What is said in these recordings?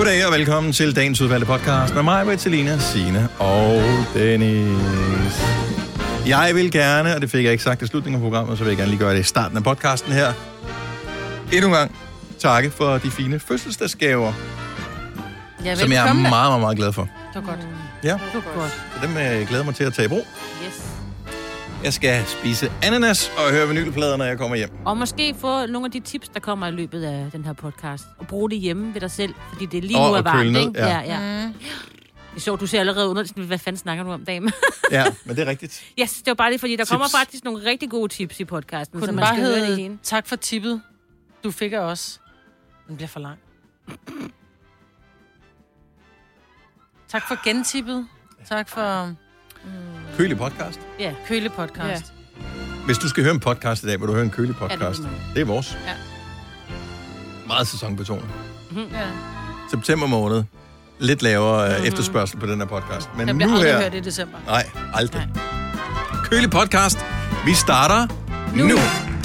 Goddag og velkommen til dagens udvalgte podcast med mig, Bertilina, Signe og Dennis. Jeg vil gerne, og det fik jeg ikke sagt i slutningen af programmet, så vil jeg gerne lige gøre det i starten af podcasten her. Endnu en gang takke for de fine fødselsdagsgaver, som jeg er meget, meget, meget glad for. Det var godt. Ja, det var godt. Så dem glæder mig til at tage i brug. Yes. Jeg skal spise ananas og høre vinylplader, når jeg kommer hjem. Og måske få nogle af de tips, der kommer i løbet af den her podcast. Og bruge det hjemme ved dig selv, fordi det er lige nu er varmt, ikke? Ja. Så du ser allerede under, hvad fanden snakker du om, dame? Ja, men det er rigtigt. Yes, det var bare lige, fordi der kommer faktisk nogle rigtig gode tips i podcasten. Kunne så den man bare skal høre det hedde, hele. tak for tippet, du fik af os. Den bliver for lang. Tak for gentippet. Tak for Kølig podcast. Ja. køle podcast. Ja. Hvis du skal høre en podcast i dag, vil du høre en kølig podcast. Det er vores. Ja. Meget sæsonbetonet. Ja. September måned. Lidt lavere efterspørgsel på den her podcast. Men Jeg bliver nu aldrig her... hørt i december. Nej, aldrig. Nej. Kølig podcast. Vi starter nu.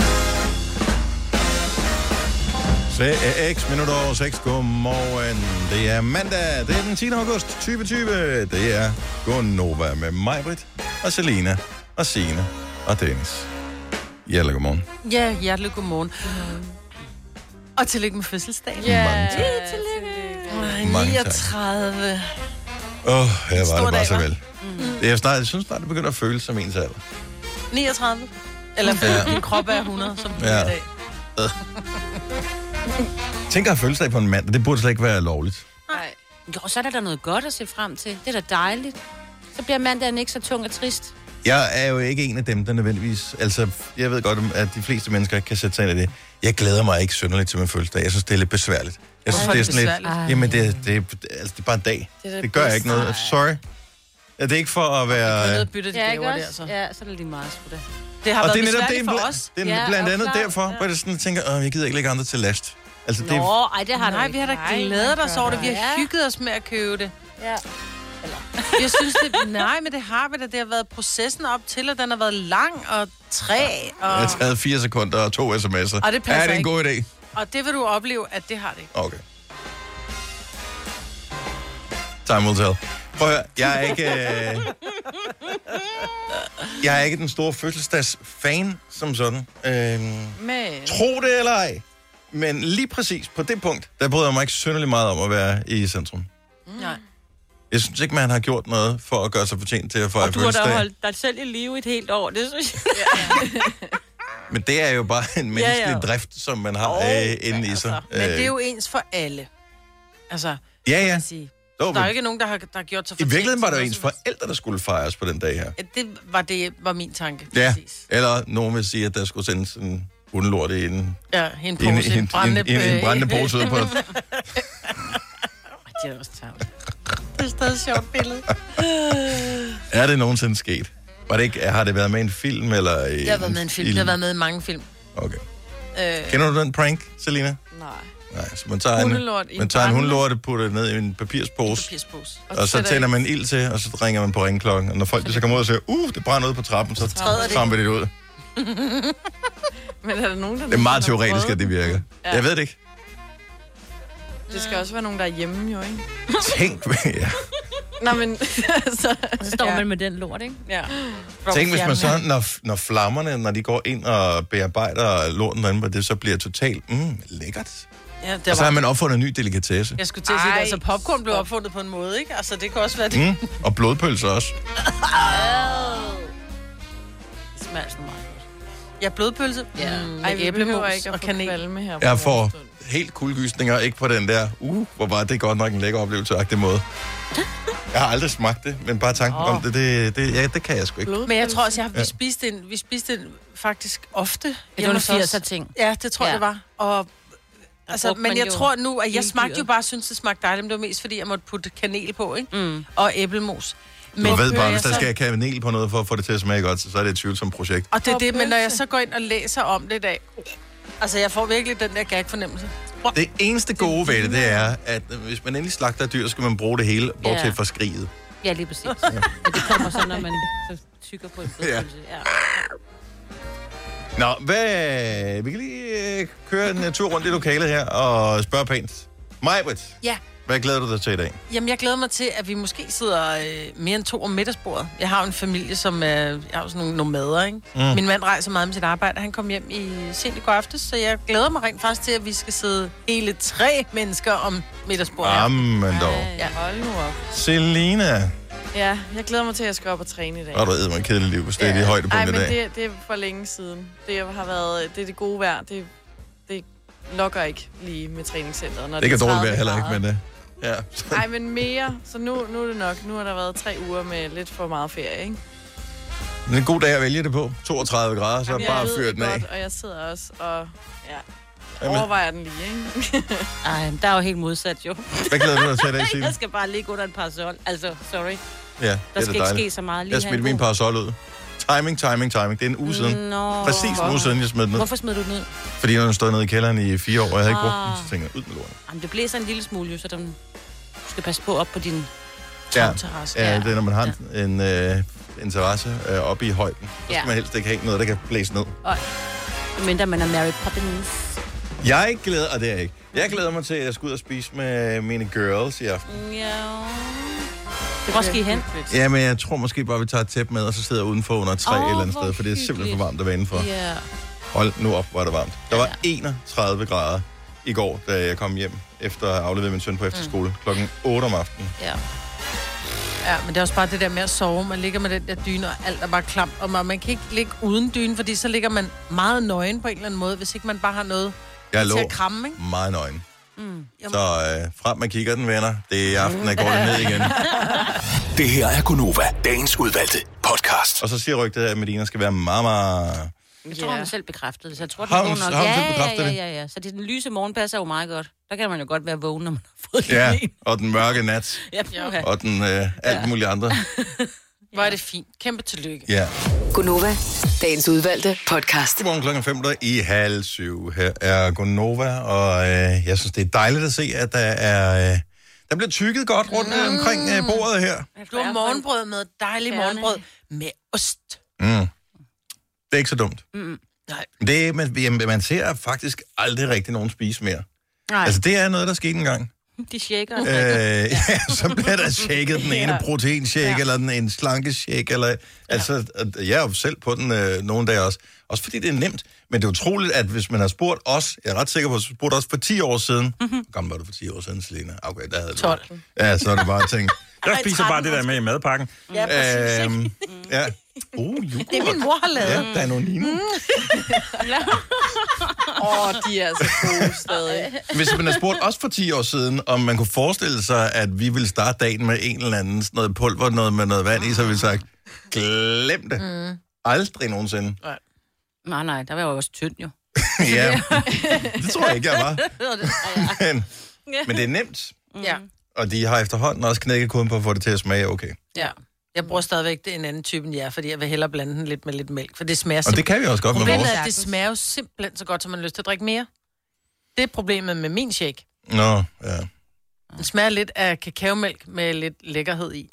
6 minutter over 6. Godmorgen. Det er mandag. Det er den 10. august 2020. Det er Gonova med mig, Britt, og Selina, og Signe, og Dennis. Hjertelig godmorgen. Ja, hjertelig godmorgen. Og tillykke med fødselsdagen. Mange tak. Tillykke. Mange tak. 39. Jeg var det bare dag, så hva'? vel. Jeg synes snart, det begynder at føles som ens alder. 39. Eller din krop er 100, som du er i dag. Tænk at have fødselsdag på en mand, det burde slet ikke være lovligt. Nej. Jo, så er der da noget godt at se frem til. Det er da dejligt. Så bliver mandagen ikke så tung og trist. Jeg er jo ikke en af dem, der nødvendigvis... Altså, jeg ved godt, at de fleste mennesker ikke kan sætte sig ind i det. Jeg glæder mig ikke synderligt til min fødselsdag. Jeg synes, det er lidt besværligt. Jeg synes, det er sådan lidt... Jamen, det er bare en dag. Det gør jeg ikke noget. Sorry. Ja, det er ikke for at være... Det er noget bytte de gaver der, så. Ja, så er det lige meget sgu da. Det har og været det er netop besværligt for os. Det er blandt andet derfor, hvor jeg sådan tænker, jeg gider ikke lægge andre til last. Altså, det Ej, det har Nej, vi har da glædet os over det. Vi har hygget os med at købe det. Ja. Jeg synes, nej, men det har vi da. Det har været processen op til, og den har været lang og træ. Og... Jeg har taget 4 sekunder og 2 sms'er. Og det passer er det en god idé? Og det vil du opleve, at det har det ikke. Okay. Time will tell. Prøv at høre, jeg er ikke den store fødselsdagsfan som sådan. Men... Tro det eller ej. Men lige præcis på det punkt, der bryder jeg mig ikke synderligt meget om at være i centrum. Nej. Jeg synes ikke, man har gjort noget for at gøre sig fortjent til at fejre fødselsdag. Og du har da holdt dig selv i live et helt år, det synes jeg. Men det er jo bare en menneskelig drift, som man har inde i sig. Men det er jo ens for alle. Altså, ja. Der er jo ikke nogen, der har gjort sig fortjent. I virkeligheden var det jo ens forældre, der skulle fejres på den dag her. Det var min tanke. Ja, præcis. Eller nogen vil sige, at der skulle sendes en hundelort i en brændende pose ud på. Det er også tavligt. Det er stadig et sjovt billede. Er det nogensinde sket? Har det været med i en film? Eller i det har været med en film. Det har været med i mange film. Okay. Kender du den prank, Selina? Nej, så man tager en hundelort og putter det ned i en papirspose. Og så tænder man ild til, og så ringer man på ringklokken. Og når folk så kommer ud og siger, det brænder ud på trappen, så tramper det ud. Men er der nogen, der det er meget teoretisk, at det virker. Ja. Jeg ved det ikke. Det skal også være nogen, der er hjemme, jo, ikke? Tænk, ja. Nå, men... så står man med den lort, ikke? Ja. Tænk, hvis man så, når flammerne, når de går ind og bearbejder lorten derinde, det så bliver totalt, lækkert. Ja, og så har man opfundet en ny delikatesse. Jeg skulle til at sige det, altså popcorn blev opfundet på en måde, ikke? Altså, det kan også være det. Og blodpølser også. Det smager sådan meget godt. Ja, blodpølse. Ja. Ej, vi behøver ikke at få kvalme her. Jeg får helt kuldegysninger, ikke på den der, hvor var det godt nok en lækker oplevelse-agtig måde. Jeg har aldrig smagt det, men bare tanken om det kan jeg sgu ikke. Men jeg tror også, vi spiste den faktisk ofte. Det var en 80'er ting. Ja, det tror jeg, det var. Og altså, men jeg tror nu, at jeg smagte jo bare, synes det smagte dejligt, men det var mest fordi, jeg måtte putte kanel på, ikke? Og æblemos. Du ved bare, hvis der skal kanel på noget for at få det til at smage godt, så er det et tvivlsomt projekt. Og det er det, men når jeg så går ind og læser om det i dag, altså jeg får virkelig den der gag-fornemmelse. Det eneste gode ved det er, at hvis man endelig slagter dyr, så skal man bruge det hele, bortset fra skriget. Ja, lige præcis. Ja. Det kommer så, når man så tykker på en blodpølse. Ja. Nå, vi kan lige køre en tur rundt i lokalet her og spørge pænt. Majbrit, Hvad glæder du dig til i dag? Jamen, jeg glæder mig til, at vi måske sidder mere end 2 om middagsbordet. Jeg har jo en familie, som jeg har sådan nogle nomader, ikke? Min mand rejser meget med sit arbejde, han kom hjem sent i går aftes, så jeg glæder mig rent faktisk til, at vi skal sidde hele 3 mennesker om middagsbordet. Jamen dog. Ja, hold nu op. Selina. Ja, jeg glæder mig til, at jeg skal op og træne i dag. Og du æder mig kedeligt liv, hvis det er de højdepunkter i dag. Nej, men det er for længe siden. Det har været det gode vejr. Det lokker ikke lige med træningscenteret. Når det kan dårligt være heller ikke, men det. Ja. Nej, men mere. Så nu er det nok. Nu har der været 3 uger med lidt for meget ferie, ikke? Det er en god dag at vælge det på. 32 grader, så bare fyr den af. Godt, og jeg sidder også og overvejer den lige, ikke? Ej, der er jo helt modsat, jo. Hvad glæder du dig til i dag, Signe? Jeg skal bare ligge under en parasol. Altså, sorry. Ja, der skal ikke ske så meget lige. Jeg smidt min parasol ud. Timing. Det er en uge siden. Præcis en uge siden, jeg smed den ud. Hvorfor smed du den ud? Fordi den stod nede i kælderen i 4 år, og jeg havde ikke brugt den, så tænkte jeg, ud med lorten. Jamen, det blæser en lille smule, jo, så du skal passe på op på din terrasse. Ja, det er, når man har en terrasse oppe i højden. Så skal man helst ikke have noget, der kan blæse ned. Mindre man er Mary Poppins. Jeg glæder, og det er jeg ikke. Jeg glæder mig til, at jeg skal ud og spise med mine girls i aften. Ja. Hvor skal I hen? Ja, men jeg tror måske bare, vi tager et tæppe med, og så sidder jeg udenfor under et træ et eller andet sted, for det er simpelthen for varmt at være indenfor. Yeah. Hold nu op, hvor er det varmt. Der var 31 grader i går, da jeg kom hjem efter at aflevere min søn på efterskole, klokken 8 om aftenen. Ja. Ja, men det er også bare det der med at sove. Man ligger med den der dyne, og alt er bare klamt. Og man kan ikke ligge uden dyne, fordi så ligger man meget nøgen på en eller anden måde, hvis ikke man bare har noget jeg til at kramme, ikke? Meget nøgen. Så frem med kigger den, venner. Det er i aften, jeg går det ned igen. Det her er Gonova, dagens udvalgte podcast. Og så siger rygtet, at Medina skal være meget... Jeg tror, hun selv bekræftede det, så jeg tror, det har er hun selv bekræftet det? Ja. Så den lyse morgen passer jo meget godt. Der kan man jo godt være vågen, når man har fået det. Og den mørke nat. Ja. Og den alt muligt andre. Hvor er det fint. Kæmpe tillykke. Ja. Gonova, dagens udvalgte podcast. Godmorgen klokken 5:05. Her er Gonova, og jeg synes, det er dejligt at se, at der bliver tykket godt rundt omkring bordet her. Du har morgenbrød med, dejlig morgenbrød med ost. Det er ikke så dumt. Nej. Man ser faktisk aldrig rigtig nogen spise mere. Nej. Altså, det er noget, der skete engang. De shaker. Så bliver der shaket den ene proteinshake, eller en slankeshake, eller... Altså, jeg er jo selv på den nogle dage også. Også fordi det er nemt. Men det er utroligt, at hvis man har spurgt os, jeg er ret sikker på, at spurgt os for 10 år siden. Hvor gammel var du for 10 år siden, Selina? Okay, der havde 12. Ja, så er det bare tænkt. Jeg spiser bare det der med i madpakken. Ja, præcis. Ja. Det er min mor har lavet. Ja, der er nogle Nino. De er altså gode stadig. Hvis man har spurgt os for 10 år siden, om man kunne forestille sig, at vi ville starte dagen med en eller anden sådan noget pulver, noget med noget vand i, så ville vi sagt, glem det. Aldrig nogensinde. Nej, der var jo også tynd, jo. Ja, det tror jeg ikke, jeg var. Men det er nemt. Ja. Og de har efterhånden også knækket koden på at få det til at smage okay. Ja. Jeg bruger stadigvæk en anden type end jer, fordi jeg vil hellere blande den lidt med lidt mælk, for det smager Og det kan vi også godt med vores. Problemet er, at det smager jo simpelthen så godt, så man har lyst til at drikke mere. Det er problemet med min shake. Nå, ja. Den smager lidt af kakaomælk med lidt lækkerhed i.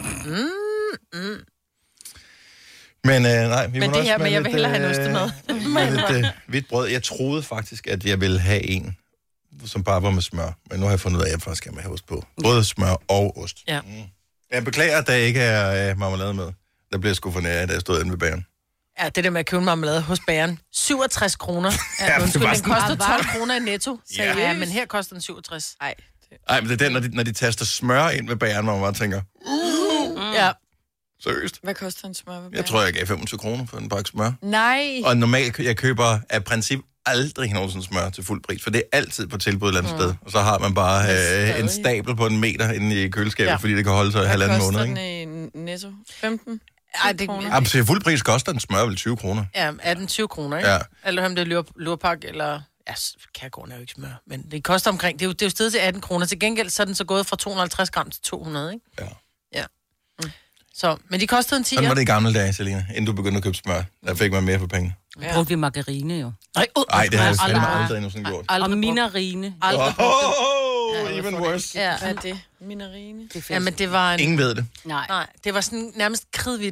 Men nej, vi men det her, men jeg vil hellere have en ostemad. Med lidt hvidt brød. Jeg troede faktisk, at jeg ville have en, som bare var med smør. Men nu har jeg fundet ud af, at jeg faktisk gerne vil have ost på. Både smør og ost. Ja. Jeg beklager, at der ikke er marmelade med. Der bliver jeg sgu for nær, da jeg stod inde ved bageren. Ja, det der med at købe marmelade hos bageren. 67 kroner. Ja, undskyld, den koster 12 kroner i Netto. Ja, men her koster den 67. Nej, men det er den, når de taster smør ind ved bageren, hvor man bare tænker... Ja. Seriøst? Hvad koster en smør ved bageren? Jeg tror, jeg gav 25 kroner for en pakke smør. Nej. Og normalt, jeg køber af princip aldrig nogensinde smør til fuld pris, for det er altid på tilbud et eller andet sted. Og så har man bare en stabel på en meter inde i køleskabet, fordi det kan holde sig i halvanden måned. Hvad koster den i Netto? 15? Ej, det er... Til fuld pris koster en smør vel 20 kroner. Ja, 18-20 kroner, ikke? Ja. Eller om det er lurpak, eller... Ja, kærgården er jo ikke smør, men det koster omkring... Det er jo stedet til 18 kroner. Til gengæld så er den så gået fra 250 gram til 200, ikke? Ja. Så, men de kostede en 10'er. Sådan var det i gamle dage, Selina, inden du begyndte at købe smør. Der fik man mere for penge. Ja. Brugte vi margarine, jo. Nej, det har jeg aldrig nogensinde gjort. Og minarine. Even worse. Ja, hvad er det? Minarine? Ja, men det var en... Ingen ved det. Nej, det var sådan nærmest kridhvidt.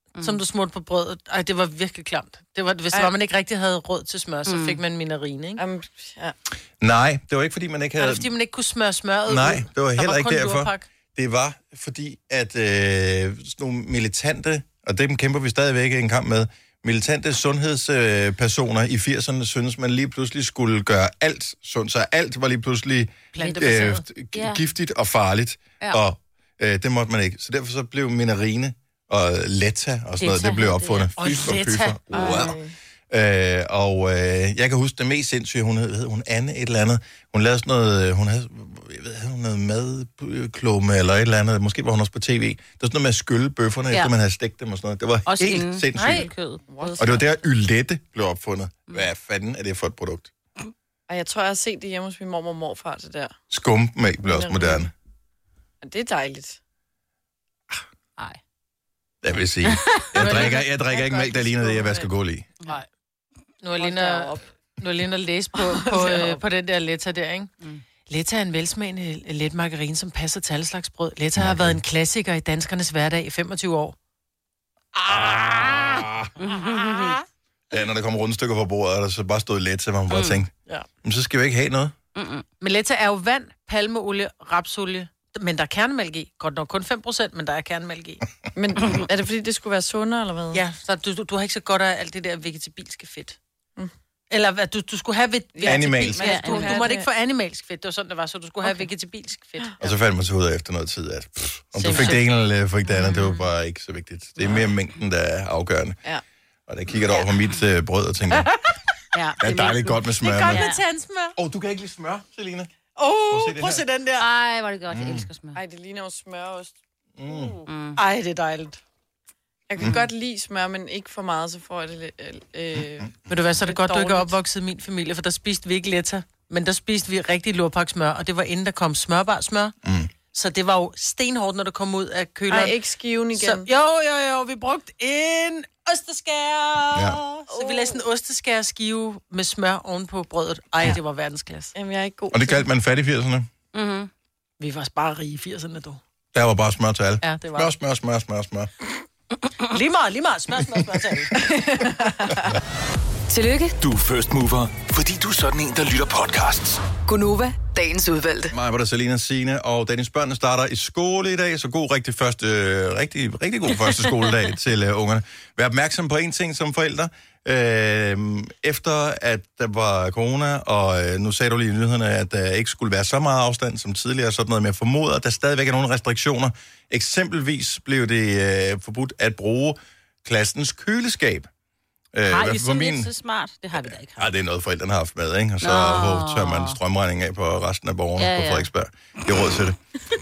som du smurte på brødet. Ej, det var virkelig klamt. Det var, hvis det var, man ikke rigtig havde råd til smør, så fik man minarine, ikke? Ja. Nej, det var ikke, fordi man ikke havde... Det var, fordi man ikke kunne smøre smøret Nej, ud. det var heller ikke derfor. Lurpak. Det var fordi, at sådan nogle militante, og dem kæmper vi stadigvæk en kamp med, militante sundhedspersoner i 80'erne synes, man lige pludselig skulle gøre alt sundt, så alt var lige pludselig giftigt og farligt, og det måtte man ikke. Så derfor så blev minarine og letta og sådan noget, det blev opfundet. Fys og pyfer. Wow. Jeg kan huske det mest sindssyge, hun hed Anne et eller andet. Hun lavede sådan noget, hun havde noget madklumme eller et eller andet. Måske var hun også på tv. Det var sådan noget med at skylle bøfferne, efter man havde stegt dem og sådan noget. Det var også helt sindssygt. Og det var der Ylette blev opfundet. Hvad fanden er det for et produkt? Og jeg tror, jeg har set det hjemme hos min mormor og morfar, det der. Skummælk blev også moderne. Det er dejligt. Nej. Jeg vil sige. Jeg drikker ikke mælk, der ligner det, jeg vasker gulv i. Nej. Nu er jeg lige at læse på den der Letta der, ikke? Letta er en velsmagende let margarine, som passer til alle slags brød. Letta har været en klassiker i danskernes hverdag i 25 år. Ja, når der kommer rundstykker på bordet, og der så bare stod Letta, hvor man bare tænkte, men så skal vi ikke have noget. Men Letta er jo vand, palmeolie, rapsolie, men der er kernemælk i. Godt nok kun 5%, men der er kernemælk i. Men er det fordi, det skulle være sundere, eller hvad? Ja, så du har ikke så godt af alt det der vegetabilske fedt. Eller hvad, du skulle have animalsk. Ja, du måtte ikke få animalsk fedt, det var sådan, det var, så du skulle have vegetabilsk fedt. Og så fandt man så ud af efter noget tid, at om du fik det ene eller fik det andet, det var bare ikke så vigtigt. Det er mere mængden, der er afgørende. Ja. Og der kigger over på mit brød og tænker, det er dejligt godt med smør. Det er godt med tandsmør. Du kan ikke lide smør, Selina? Prøv at se den der. Ej, var det godt, jeg elsker smør. Ej, det ligner jo smørost. Ej, det er dejligt. Jeg kan godt lide smør, men ikke for meget, så får jeg det lidt... Ved du hvad, så er det godt, du ikke er opvokset i min familie, for der spiste vi ikke Letta, men der spiste vi rigtig lurpaksmør, og det var inden der kom smørbar smør. Så det var jo stenhårdt, når det kom ud af køleren. Ej, ikke skiven igen. Så, jo, vi brugte en osteskær. Ja. Så vi lavede sådan en osteskærskive med smør oven på brødet. Ej, det var verdensklasse. Jamen, jeg er ikke god. Og det kaldte man fattig 80'erne? Vi var bare rige i 80'erne, du. Der var bare smør til alle. Ja, det var. Smør. Lige meget. Smør til alle. Tillykke. Du er first mover, fordi du er sådan en, der lytter podcasts. Gunova, dagens udvalgte. Mig var der Selina, Signe, og Dennis børnene starter i skole i dag, så rigtig god første skoledag til ungerne. Vær opmærksom på en ting som forældre. Efter at der var corona, og nu sagde du lige i nyhederne, at der ikke skulle være så meget afstand som tidligere, sådan noget med at formode, at der stadigvæk er nogle restriktioner. Eksempelvis blev det forbudt at bruge klassens køleskab. Har I sådan så smart? Det har vi da ikke haft. Ja, det er noget, forældrene har haft med, ikke? Og så tør man strømregningen af på resten af borgerne på Frederiksberg. Det er råd til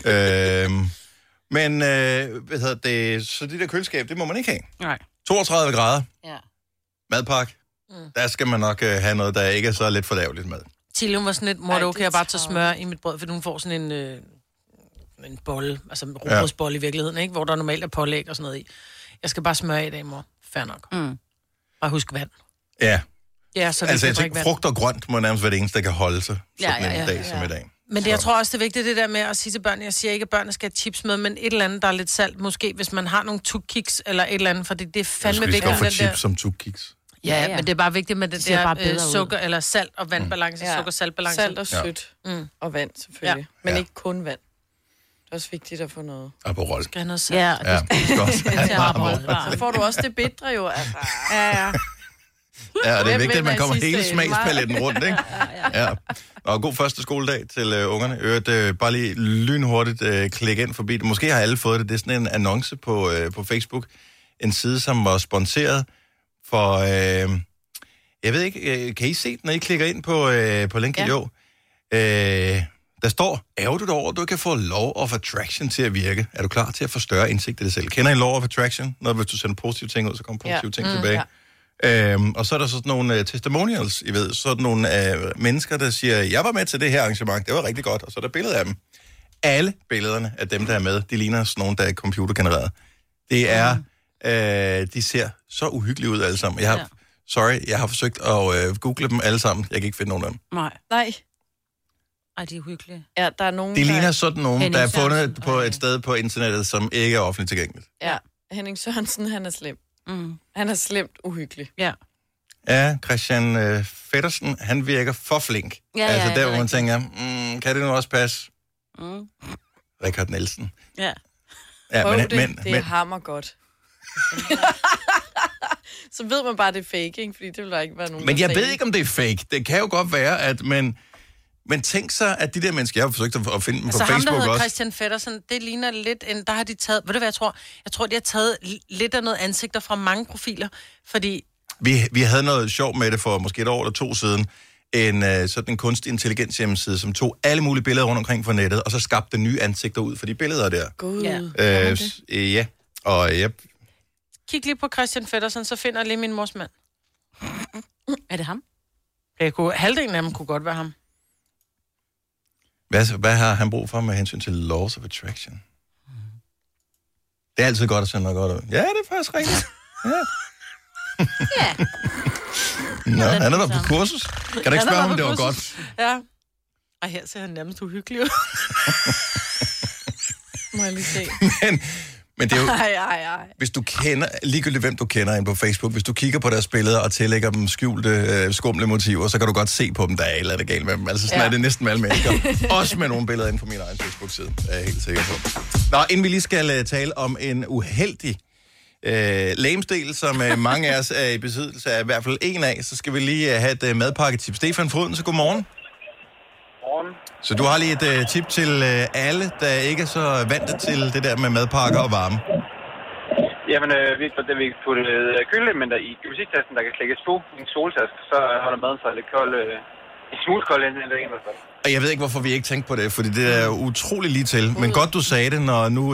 det. Så det der køleskab, det må man ikke have. Nej. 32 grader. Ja. Madpakke. Der skal man nok have noget, der ikke er så lidt fordærveligt med. Tilium var sådan lidt, mor, okay, jeg bare tage smør i mit brød, for hun får sådan en bolle, altså en rugbrødsbolle i virkeligheden, ikke? Hvor der normalt er pålæg og sådan noget i. Jeg skal bare smøre i dag, mor. Fair nok. Bare husk vand. Ja. Ja, så altså, jeg tænker, frugt og grønt må nærmest være det eneste, der kan holde sig sådan en dag som i dag. Men det, jeg tror også, det er vigtigt, det der med at sige til børnene, jeg siger ikke, at børnene skal have chips med, men et eller andet, der er lidt salt, måske, hvis man har nogle tukkiks eller et eller andet, for det er fandme vigtigt. Jeg skal få chips som tukkiks. Ja, men det er bare vigtigt med det der sukker, eller salt og vandbalance, sukker-saltbalance. Salt og sødt og vand, selvfølgelig. Men ikke kun vand. Det er også vigtigt at få noget. Aperol. Skal have noget salt. Ja, det skal også have så får du også det bitre jo, altså. Ja, det er vigtigt, at man kommer hele smagspaletten rundt, ikke? Ja. Og god første skoledag til ungerne. Bare lige lynhurtigt klik ind forbi det. Måske har alle fået det. Det er sådan en annonce på Facebook. En side, som var sponsoreret for... jeg ved ikke, kan I se den, når I klikker ind på linket? Ja. Jo. Der står, er du derovre, du kan få Law of Attraction til at virke. Er du klar til at få større indsigt i det selv? Kender I Law of Attraction? Når hvis du sender positive ting ud, så kommer positive ting tilbage. Ja. Og så er der sådan nogle testimonials, I ved, sådan nogle mennesker, der siger, jeg var med til det her arrangement, det var rigtig godt, og så er der billeder af dem. Alle billederne af dem, der er med, de ligner sådan nogle, der er computergenereret. Det er, de ser så uhyggelige ud alle sammen. Jeg har forsøgt at google dem alle sammen, jeg kan ikke finde nogen af dem. Nej. Ej, de er uhyggelige. Ja, der er nogen, de ligner sådan nogen, der er fundet på et sted på internettet, som ikke er offentligt tilgængeligt. Ja. Henning Sørensen, han er slem. Han er slemt uhyggelig. Ja. Ja, Christian Feddersen, han virker for flink. Altså der, hvor man tænker, kan det nu også passe? Richard Nielsen. Ja. Det er hammer godt. Så ved man bare, det er fake, ikke? Fordi det vil der ikke være nogen, men jeg ved ikke, om det er fake. Det kan jo godt være, at men tænk så, at de der mennesker, jeg har forsøgt at finde dem på Facebook også. Så ham, der hedder Christian Feddersen, det ligner lidt der har de taget, ved du hvad jeg tror? Jeg tror, de har taget lidt af noget ansigter fra mange profiler, fordi... Vi havde noget sjov med det for måske et år eller 2 siden. Sådan en kunstig intelligens hjemmeside, som tog alle mulige billeder rundt omkring fra nettet, og så skabte nye ansigter ud for de billeder der. God. Ja, og jeg... Kig lige på Christian Feddersen, så finder jeg lige min mors mand. Er det ham? Halvdelen af dem kunne godt være ham. Hvad har han brug for med hensyn til laws of attraction? Det er altid godt at sende noget godt ud. Ja, det er faktisk rigtigt. Ja. Nå, han er der på kursus. Kan du ikke spørge ham, om det var godt? Ja. Ej, her ser han nærmest uhyggelig ud. Må jeg lige se. Men det er jo... Hvis du kender, ligegyldigt hvem du kender ind på Facebook, hvis du kigger på deres billeder og tillægger dem skjulte, skumle motiver, så kan du godt se på dem, der er et eller andet galt med dem. Altså sådan er det næsten med alle mennesker. Også med nogle billeder inde på min egen Facebook-side, er jeg helt sikker på. Nå, inden vi lige skal tale om en uheldig legemsdel, som mange af os er i besiddelse af i hvert fald en af, så skal vi lige have et madpakketip. Stefan Froden, så godmorgen. Godmorgen. Så du har lige et tip til alle, der ikke er så vant til det der med madpakker og varme. Jamen, vi putter køleelementer i gymnastiktasken, der kan slækkes på i en soltaske, så holder maden sig lidt kold, en smule kold ind eller en. Og jeg ved ikke, hvorfor vi ikke tænkte på det, fordi det er utrolig lige til. Men godt, du sagde det, når nu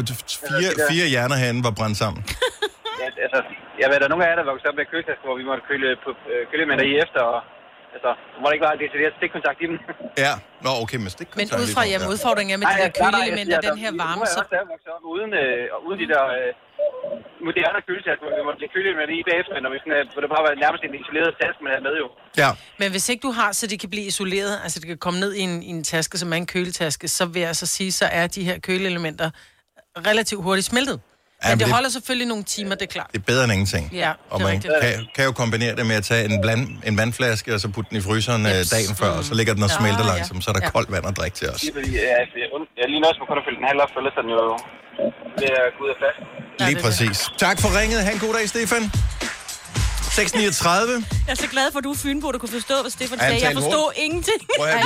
4 hjerner herinde var brændt sammen. Ja, altså, jeg ved, der er nogle af jer, der voksede op med køletasker, hvor vi måtte køleelementer i efter, og altså, må det ikke være decideret stikkontakt i dem. Ja, nå okay, men stikkontakt. Men ud fra udfordringen er med de der køleelementer, den her varme, så... Jeg har vokset op uden de der moderne køletasker, hvor vi måtte lægge køleelementer i bagefter, når vi sådan, hvor det bare var nærmest en isoleret taske, man havde med jo. Ja. Men hvis ikke du har, så de kan blive isoleret, altså det kan komme ned i en taske, som er en køletaske, så vil jeg så sige, så er de her køleelementer relativt hurtigt smeltet. Men det holder selvfølgelig nogle timer, det er klart. Det er bedre end ingenting. Ja, og man kan jo kombinere det med at tage en vandflaske, og så putte den i fryseren dagen før, og så ligger den og smelter langsomt, så er der koldt vand at drikke til os. Jeg lige nøjes med kun at fylde den halv op, for ellers er den jo ved at gå ud af flasken. Lige præcis. Tak for ringet. Ha' en god dag, Stefan. 6:39. Jeg er så glad for, at du er fynbo, du kunne forstå, hvad Stefan sagde. Jeg forstod ingenting.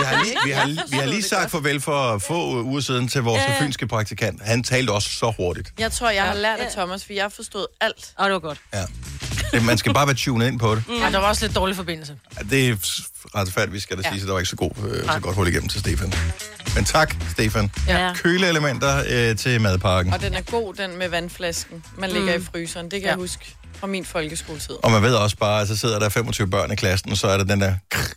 Vi har lige sagt farvel for få uger siden til vores fynske praktikant. Han talte også så hurtigt. Jeg tror, jeg har lært af Thomas, for jeg forstod alt. Og det var godt. Ja. Man skal bare være tunet ind på det. Ja, der var også lidt dårlig forbindelse. Ja, det er retfærdigt, skal det sige, så der var ikke så godt hul igennem til Stefan. Men tak, Stefan. Ja. Køleelementer til madpakken. Og den er god, den med vandflasken. Man ligger i fryseren, det kan jeg huske fra min folkeskoletid. Og man ved også bare, at så sidder der 25 børn i klassen, og så er der den der...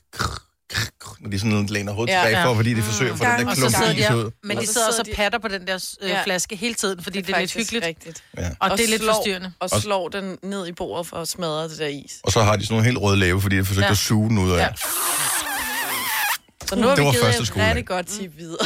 når de sådan læner hovedet tilbage for, fordi de forsøger at få den der klump is ud. Men de sidder også og patter på den der flaske hele tiden, fordi det er lidt hyggeligt. Rigtigt. Ja. Og det er lidt forstyrrende. Og slår den ned i bordet for at smadre det der is. Og så har de sådan nogle helt røde læbe, fordi de forsøger at suge den ud af. Ja. Så nu har vi givet et rigtig godt tip videre.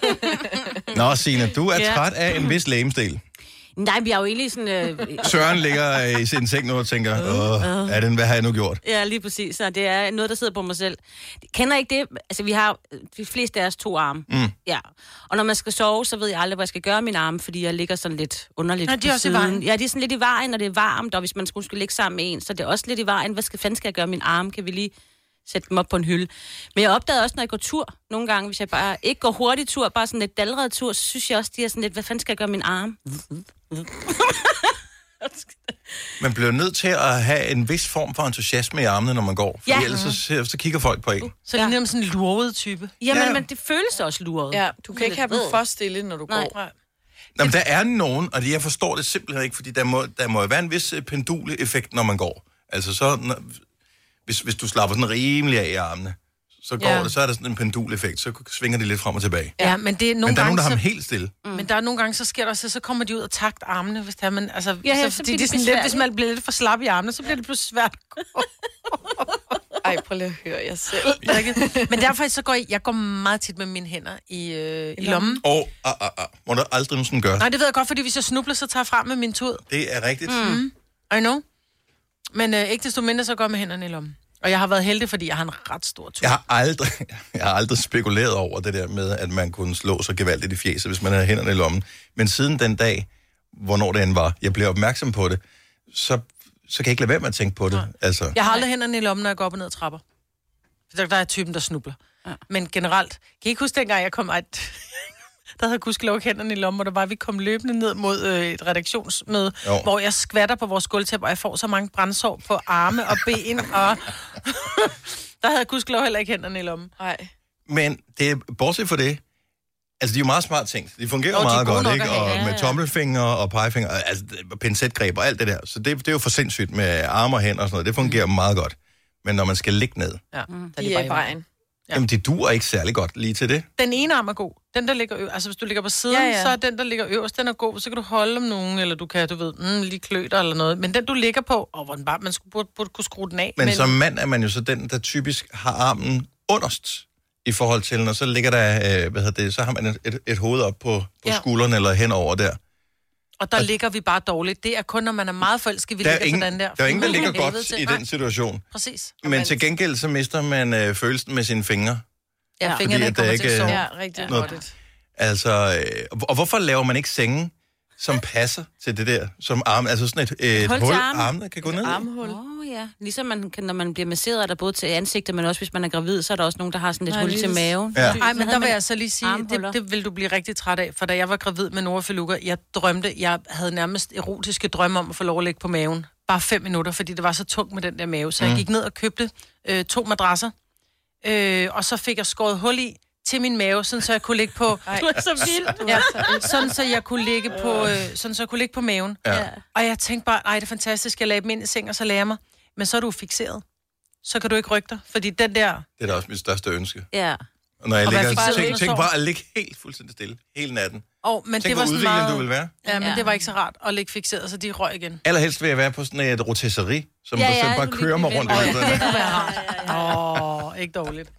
Nå, Signe, du er træt af en vis legemsdel. Nej, vi er jo egentlig sådan... Søren ligger i sin seng nu og tænker, hvad har jeg nu gjort? Ja, lige præcis. Så det er noget, der sidder på mig selv. Kender ikke det? Altså, vi har de fleste af os 2 arme. Ja. Og når man skal sove, så ved jeg aldrig, hvad jeg skal gøre med mine arme, fordi jeg ligger sådan lidt underligt på siden. I vejen? Ja, de er sådan lidt i vejen, når det er varmt, og hvis man skulle ligge sammen med en, så det er også lidt i vejen. Hvad fanden skal jeg gøre med mine arme? Kan vi lige sætte dem op på en hylde? Men jeg opdagede også, når jeg går tur, nogle gange, hvis jeg bare ikke går hurtigt tur, bare sådan lidt dalret tur, så synes jeg også, de er sådan lidt, hvad fanden skal jeg gøre med mine arme? Man bliver nødt til at have en vis form for entusiasme i armene, når man går. For ellers så kigger folk på en. Så det er nemlig sådan en luret type. Jamen, men det føles også luret. Ja, du kan ikke have dem for stille, når du går. Nå, men der er nogen, og jeg forstår det simpelthen ikke, fordi der må være en vis penduleffekt, når man går. Altså så, hvis du slapper sådan rimelig af i armene, så går det, så er der sådan en penduleffekt, så svinger det lidt frem og tilbage. Ja, men det er nogle gange, der har dem helt stille. Men der er nogle gange, så sker der så kommer de ud og takt armene, hvis det er, man, altså, så det er sådan lidt, hvis man bliver lidt for slap i armene, så bliver det pludselig svært at gå. Ej, prøv lige at høre jer selv. Men derfor så går jeg går meget tit med mine hænder i lommen. Må du aldrig nogensinde gøre. Nej, det ved jeg godt, fordi hvis jeg snubler, så tager jeg frem med min tud. Det er rigtigt. I know. Men ikke desto mindre, så går jeg med hænderne i lommen. Og jeg har været heldig, fordi jeg har en ret stor tud. Jeg har aldrig spekuleret over det der med, at man kunne slå sig gevaldigt i fjeset, hvis man havde hænderne i lommen. Men siden den dag, hvornår det end var, jeg blev opmærksom på det, så kan jeg ikke lade være med at tænke på det. Altså. Jeg har aldrig hænderne i lommen, når jeg går op og ned ad trapper. Der er typen, der snubler. Ja. Men generelt, kan I ikke huske dengang, jeg kom... Der havde gudskelov hænderne i lommen, og der var, vi kom løbende ned mod et redaktionsmøde, hvor jeg skvatter på vores gulvtæppe, og jeg får så mange brændsår på arme og ben, og der havde gudskelov heller ikke hænderne i lommen. Nej. Men det er, bortset fra det, altså de er jo meget smart ting. De fungerer meget godt, ikke? Og med tommelfinger og pegefinger, altså pincetgreb og alt det der. Så det er jo for sindssygt med arme og hænder og sådan noget. Det fungerer meget godt. Men når man skal ligge ned... Ja, de er i vejen. Ja. Jamen, det duer ikke særlig godt lige til det. Den ene arm er god. Den, der ligger altså hvis du ligger på siden, så er den, der ligger øverst, den er god. Så kan du holde om nogen, eller du kan, lige kløter eller noget. Men den, du ligger på, hvor den bare, man burde kunne skrue den af. Men som mand er man jo så den, der typisk har armen underst i forhold til, når så ligger der, så har man et hoved op på skulderen eller henover der. Og der ligger vi bare dårligt. Det er kun, når man er meget forelsket, vi ligger sådan der. Der er ingen, der ligger godt i den situation. Præcis. Men til gengæld, så mister man følelsen med sine fingre. Ja, fingrene kommer til at sove. Ja, rigtig godt. Altså, og hvorfor laver man ikke senge, som passer til det der, som arm, altså sådan et hul, armene kan gå ned? Armhul. Ja. Ligesom når man bliver masseret, er der både til ansigtet, men også hvis man er gravid, så er der også nogen, der har sådan et hul til maven. Ja. Ej, men der vil jeg så lige sige, det vil du blive rigtig træt af, for da jeg var gravid med Nora Feluca, jeg havde nærmest erotiske drømme om at få lov at ligge på maven. Bare 5 minutter, fordi det var så tungt med den der mave. Så jeg gik ned og købte 2 madrasser, og så fik jeg skåret hul i til min mave, sådan så jeg kunne ligge på... Du er så vild. Ja, sådan så jeg kunne ligge på, på maven. Ja. Og jeg tænkte bare, det er fantastisk, jeg lagde dem ind i seng, og så lagde jeg mig. Men så er du fikseret. Så kan du ikke rykke dig, fordi den der... Det er da også mit største ønske. Ja. Og når jeg ligger, tænk bare at ligge helt fuldstændig stille, hele natten. Men tænk, det var hvor udviklende du vil være. Ja, men det var ikke så rart at ligge fikseret, så de røg igen. Allerhelst vil jeg være på sådan et rotisserie, som der så bare kører mig rundt. Det kunne være rart. Ikke dårligt.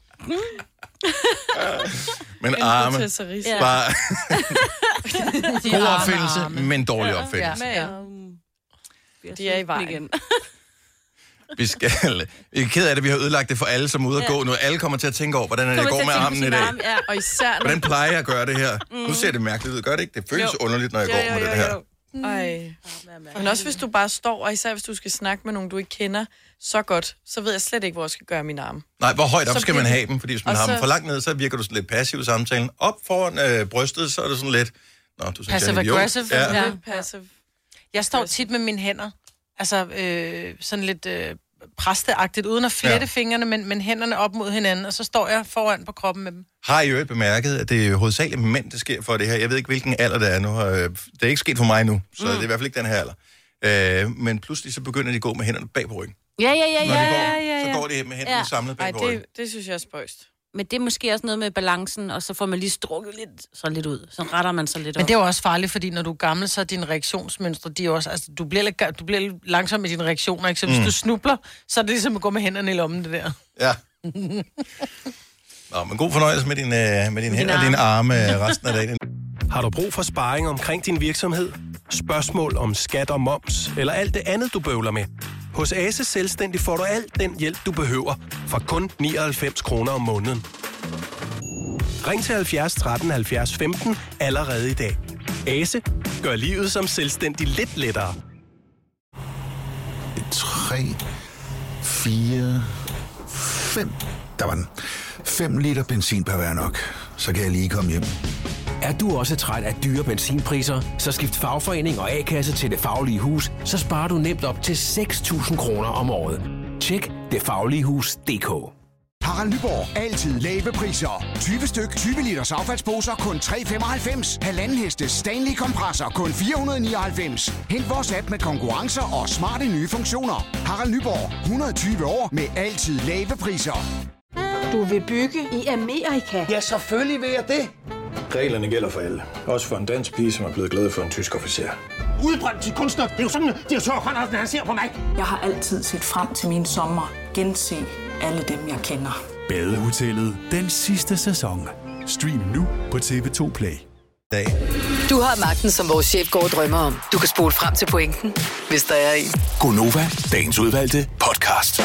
Men arme, bare... God opfindelse, men dårlig opfindelse. De er i vejen. Vi er ked af det, vi har ødelagt det for alle, som er ude at gå nu. Alle kommer til at tænke over, hvordan det går med armen i dag. Og især... Hvordan plejer jeg at gøre det her? Nu ser det mærkeligt ud, gør det ikke? Det føles underligt, når jeg går med det her. Ej. Men også hvis du bare står, og især hvis du skal snakke med nogen, du ikke kender så godt, så ved jeg slet ikke, hvor jeg skal gøre min arm. Nej, hvor højt op skal man have dem? Fordi hvis man har dem for langt ned, så virker du sådan lidt passiv i samtalen. Op foran brystet, så er det sådan lidt... Nå, du synes, passive aggressive. Ja. Passive. Jeg står tit med mine hænder, altså sådan lidt præsteagtigt, uden at flette fingrene, men hænderne op mod hinanden, og så står jeg foran på kroppen med dem. Har I jo bemærket, at det er hovedsageligt mænd, det sker for det her? Jeg ved ikke, hvilken alder det er nu. Det er ikke sket for mig nu, så det er i hvert fald ikke den her alder. Men pludselig så begynder de at gå med hænderne bag på ryggen. Ja. Når de går, så går de med hænderne samlet bag på ryggen. Det synes jeg er spøjst. Men det er måske også noget med balancen, og så får man lige strukket lidt ud. Så retter man sig lidt op. Men det er jo også farligt, fordi når du er gammel, så er dine reaktionsmønstre, de er også, altså, du bliver langsom med dine reaktioner, ikke? Så hvis du snubler, så er det ligesom at gå med hænderne i lommen, det der. Ja. Nå, men god fornøjelse med din hænder og dine arme resten af dagen. Har du brug for sparring omkring din virksomhed? Spørgsmål om skat og moms, eller alt det andet, du bøvler med? Hos Ase Selvstændig får du alt den hjælp, du behøver, for kun 99 kroner om måneden. Ring til 70 13 70 15 allerede i dag. Ase gør livet som selvstændig lidt lettere. 3, 4, 5. Der var den. 5 liter benzin per hver nok. Så kan jeg lige komme hjem. Er du også træt af dyre benzinpriser, så skift fagforening og A-kasse til Det Faglige Hus, så sparer du nemt op til 6.000 kroner om året. Tjek detfagligehus.dk. Harald Nyborg. Altid lave priser. 20 styk, 20 liters affaldsposer kun 3,95. Halvanden hestes Stanley kompresser kun 499. Hent vores app med konkurrencer og smarte nye funktioner. Harald Nyborg. 120 år med altid lave priser. Du vil bygge i Amerika? Ja, selvfølgelig vil jeg det. Reglerne gælder for alle. Også for en dansk pige, som er blevet glad for en tysk officer. Udbrændt til kunstner. Det er jo sådan, at direktør Conradsen, han ser på mig. Jeg har altid set frem til min sommer. Gense alle dem, jeg kender. Badehotellet den sidste sæson. Stream nu på TV2 Play. Du har magten, som vores chef går og drømmer om. Du kan spole frem til pointen, hvis der er en. Gonova, dagens udvalgte podcast.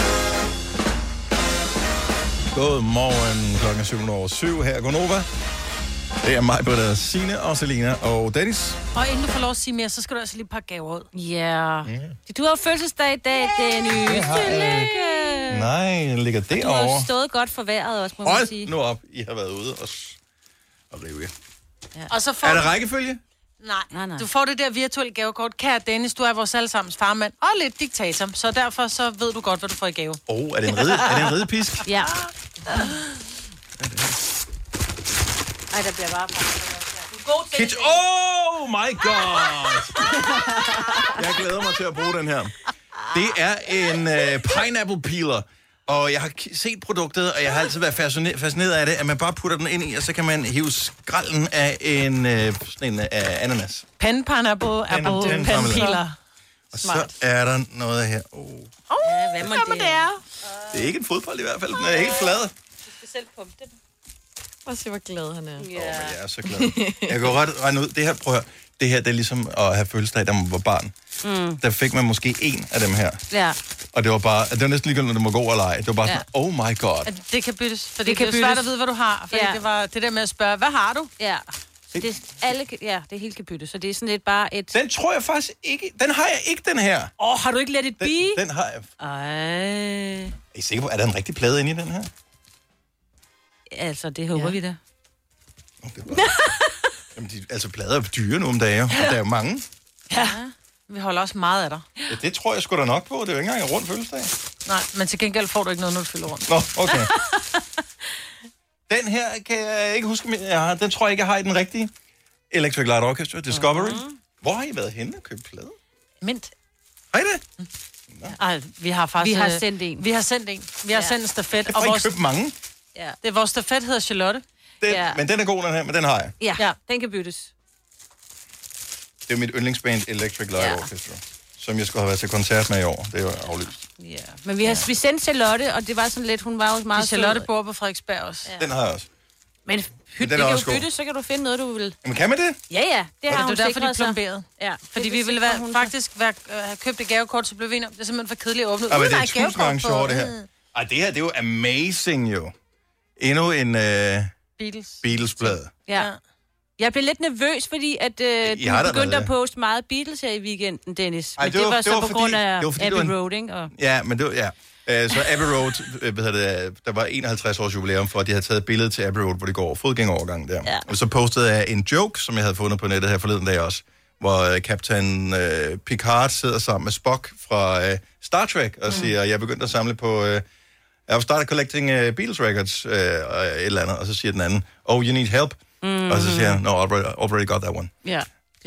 Godmorgen, klokken 7:07 her. Gonova. Det er mig, Britta, Signe og Selina og Dennis. Og inden du får lov at sige mere, så skal du altså lige pakke gaver ud. Ja. Du har jo fødselsdag i dag, Dennis. Tillykke. Nej, den ligger Du derovre. har jo stået godt for vejret også, må man sige. Hold nu op, I har været ude og rive jer. Ja. Og så får Er der rækkefølge? Nej. Du får det der virtuelle gavekort. Kære Dennis, du er vores allesammens farmand og lidt diktator, så derfor så ved du godt, hvad du får i gave. Er det en ridepisk? Ja. Ej, der bliver bare... Kitsch. Oh my god! Jeg glæder mig til at bruge den her. Det er en pineapple peeler. Og jeg har set produktet, og jeg har altid været fascineret af det, at man bare putter den ind i, og så kan man hive skralden af en ananas. Pen peeler. Og så er der noget her. Ja, hvad må det er? Det er ikke en fodbold i hvert fald, den er helt flad. Du skal selv pumpe den. Prøv at se, hvor glad han er. Men jeg er så glad. Jeg kan godt regne ud, det her, prøv at høre, det her, det er ligesom at have fødselsdag, da man var barn. Der fik man måske en af dem her. Ja. Og det var bare, det var næsten ligegyldigt, når det må gå eller ej. Det var bare sådan, oh my god. At det kan byttes, for det er svært at vide, hvad du har. Fordi det var det der med at spørge, hvad har du? Ja. Det hele kan byttes, så det er sådan lidt bare et... Den tror jeg faktisk ikke, den har jeg ikke, den her. Har du ikke let it be? Den har jeg. Ej. Er I sikre på, er der en rigtig plade inde i den her? Altså, det håber vi da. Jamen, altså plader er dyre nu om dagen, og der er jo mange. Ja, vi holder også meget af dig. Ja, det tror jeg sgu da nok på, det er jo ikke engang en rund fødselsdag. Nej, men til gengæld får du ikke noget, når du fylder rundt. Nå, okay. Den her kan jeg ikke huske, den tror jeg ikke, jeg har i den rigtige. Electric Light Orchestra, Discovery. Hvor har I været henne og købt plade? Mint. Har I det? Ej, vi har faktisk... Vi har sendt en. Vi har sendt en. Vi har sendt en stafet. Jeg har ikke købt mange. Ja. Det er vores stafet hedder Charlotte. Men den er god, den her, men den har jeg. Ja, den kan byttes. Det er mit yndlingsband Electric Light Orchestra, som jeg skulle have været til koncert med i år. Det er jo aflyst. Ja, men vi sendte Charlotte, og det var sådan lidt, hun var jo meget Charlotte bor på Frederiksberg også. Ja. Den har jeg også. Men det kan jo byttes, så kan du finde noget, du vil. Jamen kan man det? Ja, det har hun det er derfor, de sikret sig. plomberet. Ja, fordi vi ville faktisk have købt et gavekort, så blev vi enige om, det er simpelthen for kedeligt at åbne. Men det er 1000 gange sjovere, det her. Ej, det her, det er jo amazing, jo. Endnu en Beatles-plade. Ja. Jeg blev lidt nervøs, fordi at du begyndte at poste meget Beatles her i weekenden, Dennis. Men det var så på grund af Abbey Road, ikke? Og... Ja, men det var, så Abbey Road, der var 51 års jubilæum for, at de havde taget et billede til Abbey Road, hvor det går fodgængerovergang der. Ja. Og så postede jeg en joke, som jeg havde fundet på nettet her forleden dag også, hvor kaptajn Picard sidder sammen med Spock fra Star Trek og siger, jeg er begyndt at samle på... I've started collecting Beatles records, et eller andet, og så siger den anden, oh, you need help? Og så siger han, no, already got that one. Ja.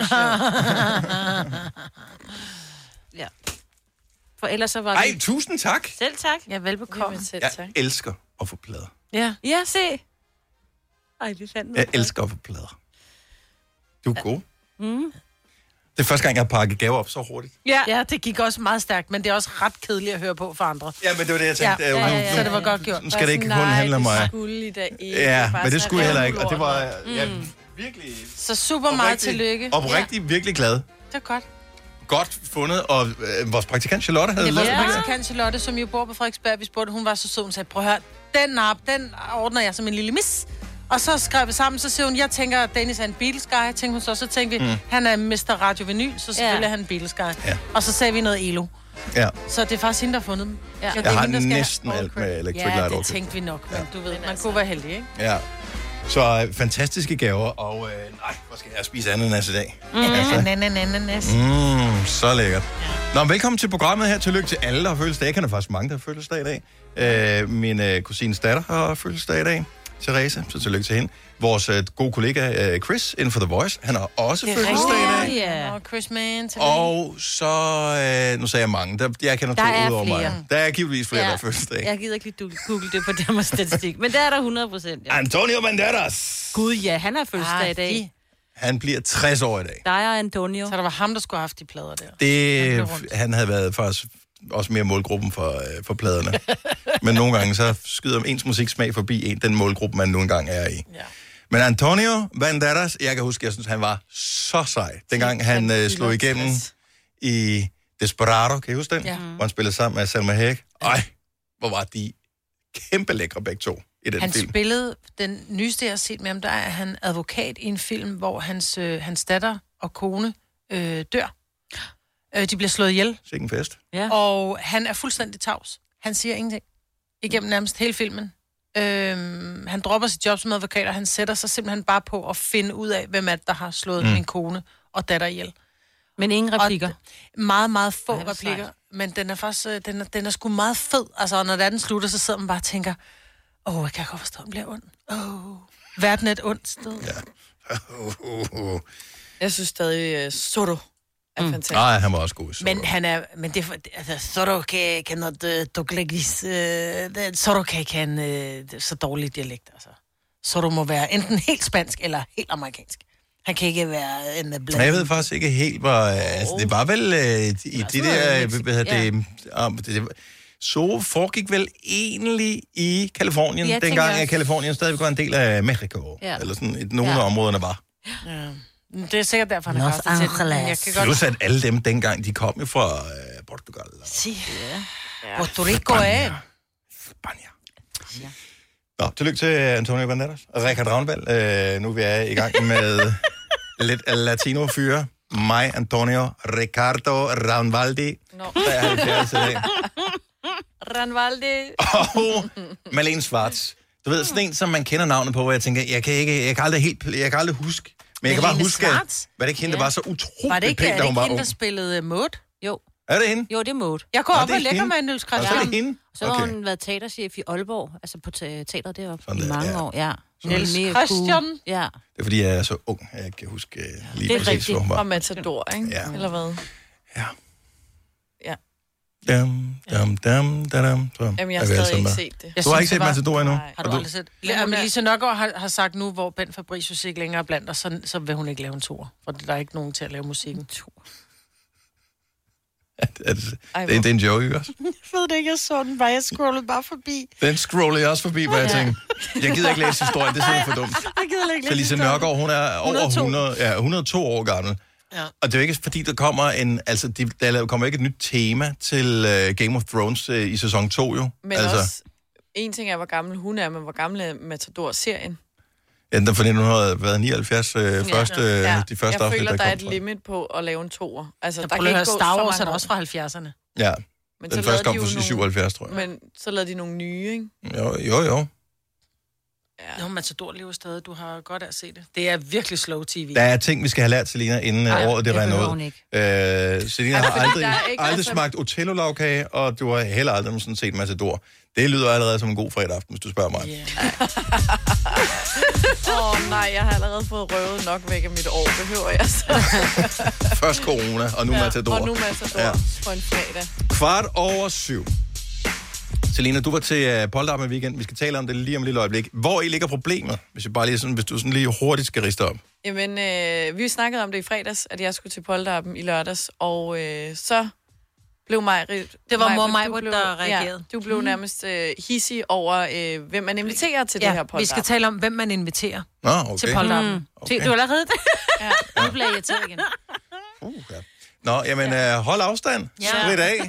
Ja. For ellers så var Ej, tusind tak. Selv tak. Ja, velbekomme. Jeg elsker at få plader. Ja. Ja, se. Ej, det fandt jeg elsker at få plader. Du er god. Det er første gang, jeg har pakket gaver op så hurtigt. Ja, det gik også meget stærkt, men det er også ret kedeligt at høre på for andre. Ja, men det var det, jeg tænkte. Ja. Så det var godt gjort. Nu skal det ikke kun handle om mig. det skulle I da ikke. Ja, men det skulle jeg heller ikke. Og det var virkelig... Så super meget tillykke. Oprigtigt, virkelig glad. Det er godt. Godt fundet, og vores praktikant Charlotte havde lavet. Det var vores praktikant Charlotte, som jo bor på Frederiksberg. Vi spurgte, hun var så sød, hun sagde, prøv at høre, den ordner jeg som en lille mis. Og så skrev vi sammen, så siger hun, jeg tænker, at Dennis er en Beatles-guy. Så tænkte vi, han er Mr. Radio Vinyl, så selvfølgelig er han en Beatles-guy. Ja. Og så sagde vi noget Elo. Ja. Så det er faktisk hende, der har fundet dem. Ja. Jeg har næsten alt med Electric Light Orchestra. Ja, det tænkte vi nok, men du ved, man kunne være heldig, ikke? Ja. Så fantastiske gaver, og hvor skal jeg spise ananas i dag? Ananas. Så lækkert. Nå, velkommen til programmet her. Tillykke til alle, der har fødselsdag. Jeg kender faktisk mange, der har fødselsdag i dag. Min kusines datter har fødselsdag i dag. Therese, så tillykke til hende. Vores gode kollega Chris inden for The Voice, han har også fødselsdag i dag. Og Chris Man. Og så, nu sagde jeg mange, jeg kender to ud over mig. Der er givetvis flere, der har fødselsdag. Jeg gider ikke lige google det på Danmarks Statistik, men der er der 100%. Ja. Antonio Banderas. Gud ja, han har fødselsdag i dag. Han bliver 60 år i dag. Dig og Antonio. Så der var ham, der skulle have haft de plader der. Han havde været faktisk også mere målgruppen for pladerne. Men nogle gange, så skyder ens musiksmag forbi den målgruppe, man nogle gange er i. Ja. Men Antonio Banderas, jeg kan huske, jeg synes, han var så sej. Dengang han slog igennem i Desperado, kan I huske den? Ja. Hvor han spillede sammen med Salma Hayek. Ej, hvor var de kæmpe lækre begge to i den film. Han spillede, den nyeste, jeg har set med ham, der er han advokat i en film, hvor hans datter og kone dør. De bliver slået ihjel. Sikke en fest. Ja. Og han er fuldstændig tavs. Han siger ingenting. Igennem nærmest hele filmen. Han dropper sit job som advokat, og han sætter sig simpelthen bare på at finde ud af, hvem er det, der har slået min kone og datter ihjel. Men ingen replikker? Meget, meget få replikker. Men den er faktisk, den er sgu meget fed. Altså, når den slutter, så sidder man bare og tænker, jeg kan godt forstå, at den bliver ond. Verden er et ondt sted. Ja. Jeg synes stadig, Zorro er fantastisk. Nej, han var også god i Zorro. Men han er, men det altså, Zorro kan noget doglegis. Zorro kan så dårlig dialekt, altså. Zorro må være enten helt spansk eller helt amerikansk. Han kan ikke være en blanding. Jeg ved faktisk ikke helt, hvor... Altså, det var vel i det der... Så foregik vel egentlig i Kalifornien, dengang Kalifornien stadig var en del af Mexico. Ja. Eller sådan, nogle af områderne var. Ja. Det er sikkert derfor, han er kastet til den. Jeg kan godt... at alle dem dengang, de kom jo fra Portugal. Puerto Rico, Spanien. Ja. Nå, tillykke til Antonio Banderas og Richard Ravnvald. Nu vi er i gang med lidt latino-fyre. Mig, Antonio, Ricardo Ravnvaldi. 73 i dag. Ranvaldi. Og Malene Schwartz. Du ved, sådan en, som man kender navnet på, hvor jeg tænker, jeg kan aldrig huske. Men jeg kan bare huske, hvad det ikke hende, der var så utroligt pænt, da hun var ung. Er det ikke hende, der spillede Maud? Jo. Er det hende? Jo, det er Maud. Jeg går op og lægger mig en nølskræft. Så er det hende? Så har hun været teaterchef i Aalborg, altså på teateret deroppe i mange år. Ja. Niels Christian. Ja. Det er, fordi jeg er så ung, jeg kan huske lige det er præcis, rigtigt. hvor hun var. Og Matador, ikke? Ja. Eller hvad? Ja. Ja. Dam. Jamen, jeg har stadig ikke set det. Du har ikke set Matador endnu? Har du aldrig set? Lise Nørgaard har sagt nu, hvor Ben Fabricius ikke længere er blandt os, så vil hun ikke lave en tur. For der er ikke nogen til at lave musikken. Det er en joke, ikke også? Jeg ved det ikke, jeg så den bare. Jeg scrollede bare forbi. Den scrollede jeg også forbi, hvor jeg tænkte, jeg gider ikke læse historien, det er simpelthen for dumt. Jeg gider ikke læse. Så Lise Nørgaard, hun er over 102 år gammel. Ja. Og det er jo ikke, fordi der kommer der kommer ikke et nyt tema til Game of Thrones i sæson 2, jo. Men også, en ting er, hvor gammel hun er, men hvor gammel er Matador-serien? Ja, den fra 1979 de første afsnit, jeg føler, der er et limit på at lave en toer. Altså, der kan ikke gå Star Wars er også fra 70'erne. Ja, men den første kom fra 77, tror jeg. Men så lavede de nogle nye, ikke? Jo. Ja. Matador lever stadig. Du har godt at se det. Det er virkelig slow tv. Der er ting, vi skal have lært, Selina, inden året det regner ud. Selina har aldrig smagt Otello-lavkage, og du har heller aldrig sådan set Matador. Det lyder allerede som en god fredag aften, hvis du spørger mig. Nej, jeg har allerede fået røvet nok væk af mit år. Behøver jeg så? Først corona, og nu Matador. Og nu Matador på en fredag. 7:15. Selina, du var til polterappen i weekend. Vi skal tale om det lige om et lille øjeblik. Hvor i ligger problemet, hvis du sådan lige hurtigt skal riste op? Jamen, vi snakkede om det i fredags, at jeg skulle til polterappen i lørdags, og så blev Maj-Brit... Det var mor Maj-Brit, der reagerede. Ja, du blev nærmest hissig over, hvem man inviterer til det her polterappen. Vi skal tale om, hvem man inviterer til polterappen. Okay. Du allerede det? Ja. Nu bliver jeg irriteret igen. Nå, jamen, hold afstand. Sprit af.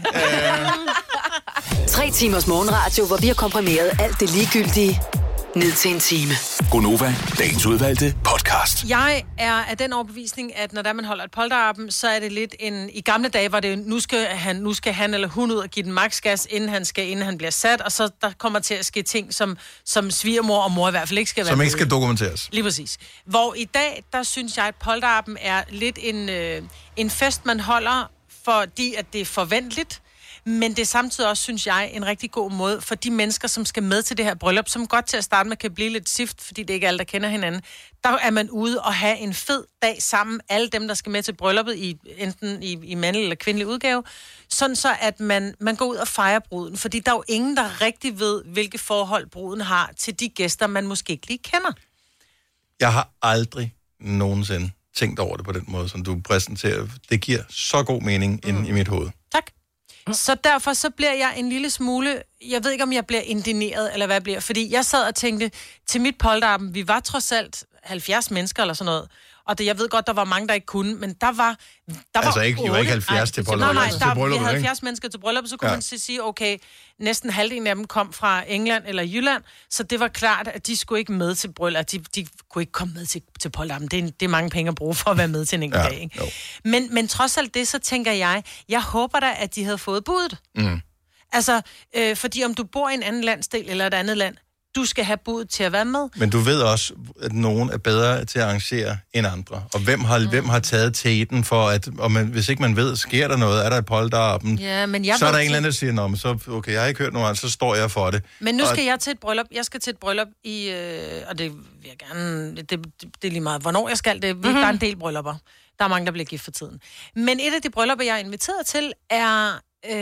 3 timers morgenradio, hvor vi har komprimeret alt det ligegyldige ned til en time. Gonova, dagens udvalgte podcast. Jeg er af den overbevisning, at når man holder et polterappen, så er det lidt en... I gamle dage var det, nu skal han eller hun ud og give den maks gas, inden han bliver sat, og så der kommer til at ske ting, som svigermor og mor i hvert fald ikke skal være. Som ikke skal dokumenteres. Lige præcis. Hvor i dag, der synes jeg, at polterappen er lidt en fest, man holder, fordi at det er forventeligt. Men det er samtidig også, synes jeg, en rigtig god måde for de mennesker, som skal med til det her bryllup, som godt til at starte med kan blive lidt sift, fordi det ikke er alle, der kender hinanden. Der er man ude og have en fed dag sammen, alle dem, der skal med til brylluppet, enten i mandlig eller kvindelig udgave, sådan så, at man går ud og fejrer bruden. Fordi der er jo ingen, der rigtig ved, hvilke forhold bruden har til de gæster, man måske ikke lige kender. Jeg har aldrig nogensinde tænkt over det på den måde, som du præsenterer. Det giver så god mening inde i mit hoved. Tak. Så derfor så bliver jeg en lille smule, jeg ved ikke, om jeg bliver indigneret, eller hvad jeg bliver, fordi jeg sad og tænkte, til mit polterappen, vi var trods alt 70 mennesker eller sådan noget, og det, jeg ved godt, der var mange, der ikke kunne, men der var altså ikke, I var ikke 70 til brylluppet? Nej, vi havde 70 mennesker til brylluppet, så kunne man sige, okay, næsten halvdelen af dem kom fra England eller Jylland, så det var klart, at de skulle ikke med til brylluppet, de kunne ikke komme med til polterappen. Det er mange penge at bruge for at være med til en enkelt dag, ikke? Men trods alt det, så tænker jeg håber da, at de havde fået budet. Altså, fordi om du bor i en anden landsdel eller et andet land, du skal have budet til at være med. Men du ved også, at nogen er bedre til at arrangere end andre. Og hvem har taget teten for, at hvis ikke man ved, sker der noget, er der et polterappen, så er der en eller anden, der siger, så okay, jeg har ikke hørt nogen, så står jeg for det. Men nu skal jeg til et bryllup. Jeg skal til et bryllup i, og det vil jeg gerne, det er lige meget, hvornår jeg skal det. Der er en del bryllupper. Der er mange, der bliver gift for tiden. Men et af de bryllupper, jeg er inviteret til, er...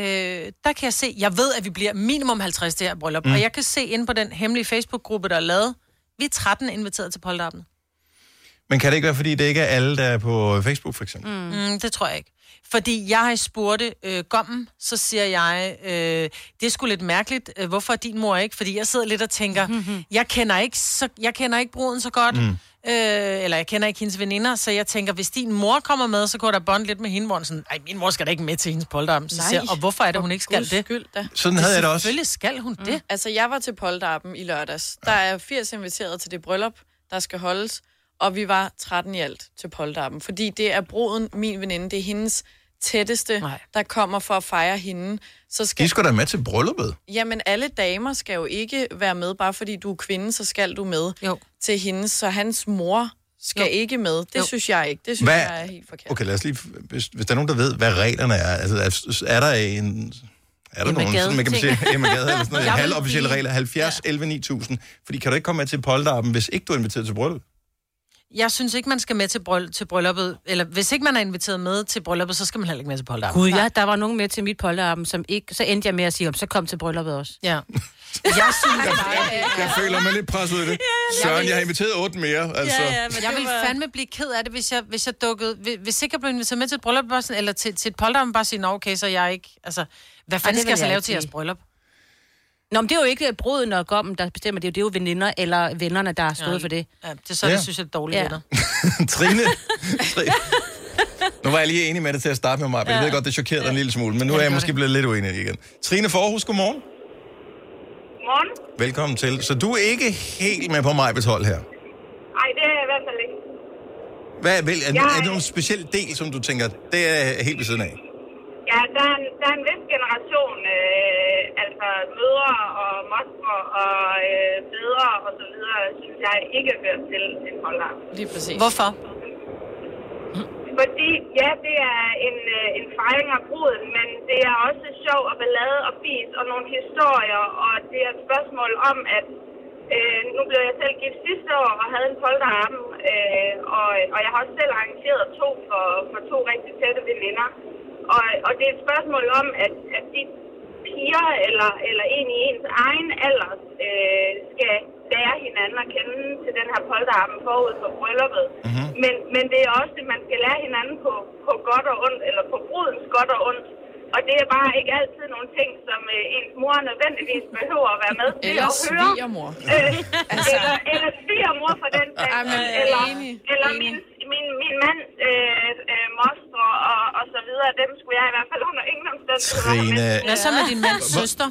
der kan jeg se, jeg ved, at vi bliver minimum 50 det her bryllup, og jeg kan se inde på den hemmelige Facebook-gruppe, der er lavet, vi er 13 inviteret til polterappen. Men kan det ikke være, fordi det ikke er alle, der er på Facebook, for eksempel? Det tror jeg ikke. Fordi jeg har spurgt Gommen, så siger jeg, det er sgu lidt mærkeligt, hvorfor din mor ikke? Fordi jeg sidder lidt og tænker, jeg kender ikke bruden så godt, eller jeg kender ikke hendes veninder, så jeg tænker, hvis din mor kommer med, så går der bånd lidt med hende, hvor sådan, min mor skal da ikke med til hendes polterappen. Så siger, og hvorfor er det, hun ikke skal det? Skyld, da. Sådan havde jeg det også. Selvfølgelig skal hun det. Altså, jeg var til polterappen i lørdags. Der er 80 inviteret til det bryllup, der skal holdes, og vi var 13 i alt til polterappen, fordi det er bruden, min veninde, det er hendes tætteste, der kommer for at fejre hende. Så skal... De skal da med til brylluppet. Jamen, alle damer skal jo ikke være med, bare fordi du er kvinde, så skal du med til hende, så hans mor skal ikke med. Det synes jeg ikke. Det synes jeg er helt forkert. Okay, lad os lige... Hvis der er nogen, der ved, hvad reglerne er, altså er der en... Er der nogen, sådan man kan sige, Emma Gade eller sådan noget, halvofficielle regler, 70, 11, 9000, fordi kan du ikke komme med til polterappen, hvis ikke du er inviteret til brylluppet? Jeg synes ikke, man skal med til brylluppet. Eller hvis ikke man er inviteret med til brylluppet, så skal man heller ikke med til polterappen. Gud, ja, der var nogen med til mit polterappen, som ikke... Så endte jeg med at sige, så kom til brylluppet også. Ja. Jeg synes jeg føler mig lidt presset ud af det. Søren, jeg har inviteret 8 mere. Altså. Ja, men jeg ville fandme blive ked af det, hvis jeg dukkede... Hvis ikke jeg blev inviteret med til et bryllup, eller til et polterappen, bare sige, okay, så jeg ikke... Altså, hvad fanden skal jeg så lave til jeres bryllup? Nå, men det er jo ikke bruden og Gommen, der bestemmer det. Det er jo veninder eller vennerne, der har stået for det. Ja, det er så, det synes jeg er dårligt venner. Trine. Nu var jeg lige enig med det til at starte med mig, men jeg ved godt, det chokerede dig en lille smule, men nu er jeg måske blevet lidt uenig igen. Trine Forhus, godmorgen. Godmorgen. Velkommen til. Så du er ikke helt med på Majbets hold her? Nej, det er jeg i hvert fald ikke. Er det nogen speciel del, som du tænker, det er helt ved siden af? Ja, der er en vis generation, altså mødre og mostre og fædre og så videre, synes jeg ikke hører til en polterappen. Lige præcis. Hvorfor? Fordi, ja, det er en fejring af bruden, men det er også sjov og ballade og fis og nogle historier, og det er et spørgsmål om, at nu blev jeg selv gift sidste år og havde en polterappen, og jeg har også selv arrangeret 2 for 2 rigtig tætte veninder. Og det er et spørgsmål om, at de piger eller en i ens egen alder skal lære hinanden at kende til den her polterappen forud for brylluppet. Men det er også, at man skal lære hinanden på godt og ondt, eller på brudens godt og ondt. Og det er bare ikke altid nogle ting, som ens mor nødvendigvis behøver at være med til eller at høre. Svigermor. Eller svigermor for den sags. Eller min mands mostre og så videre. Dem skulle jeg i hvert fald under ingen omstændigheder. Trine... Hvad så med din mands søster?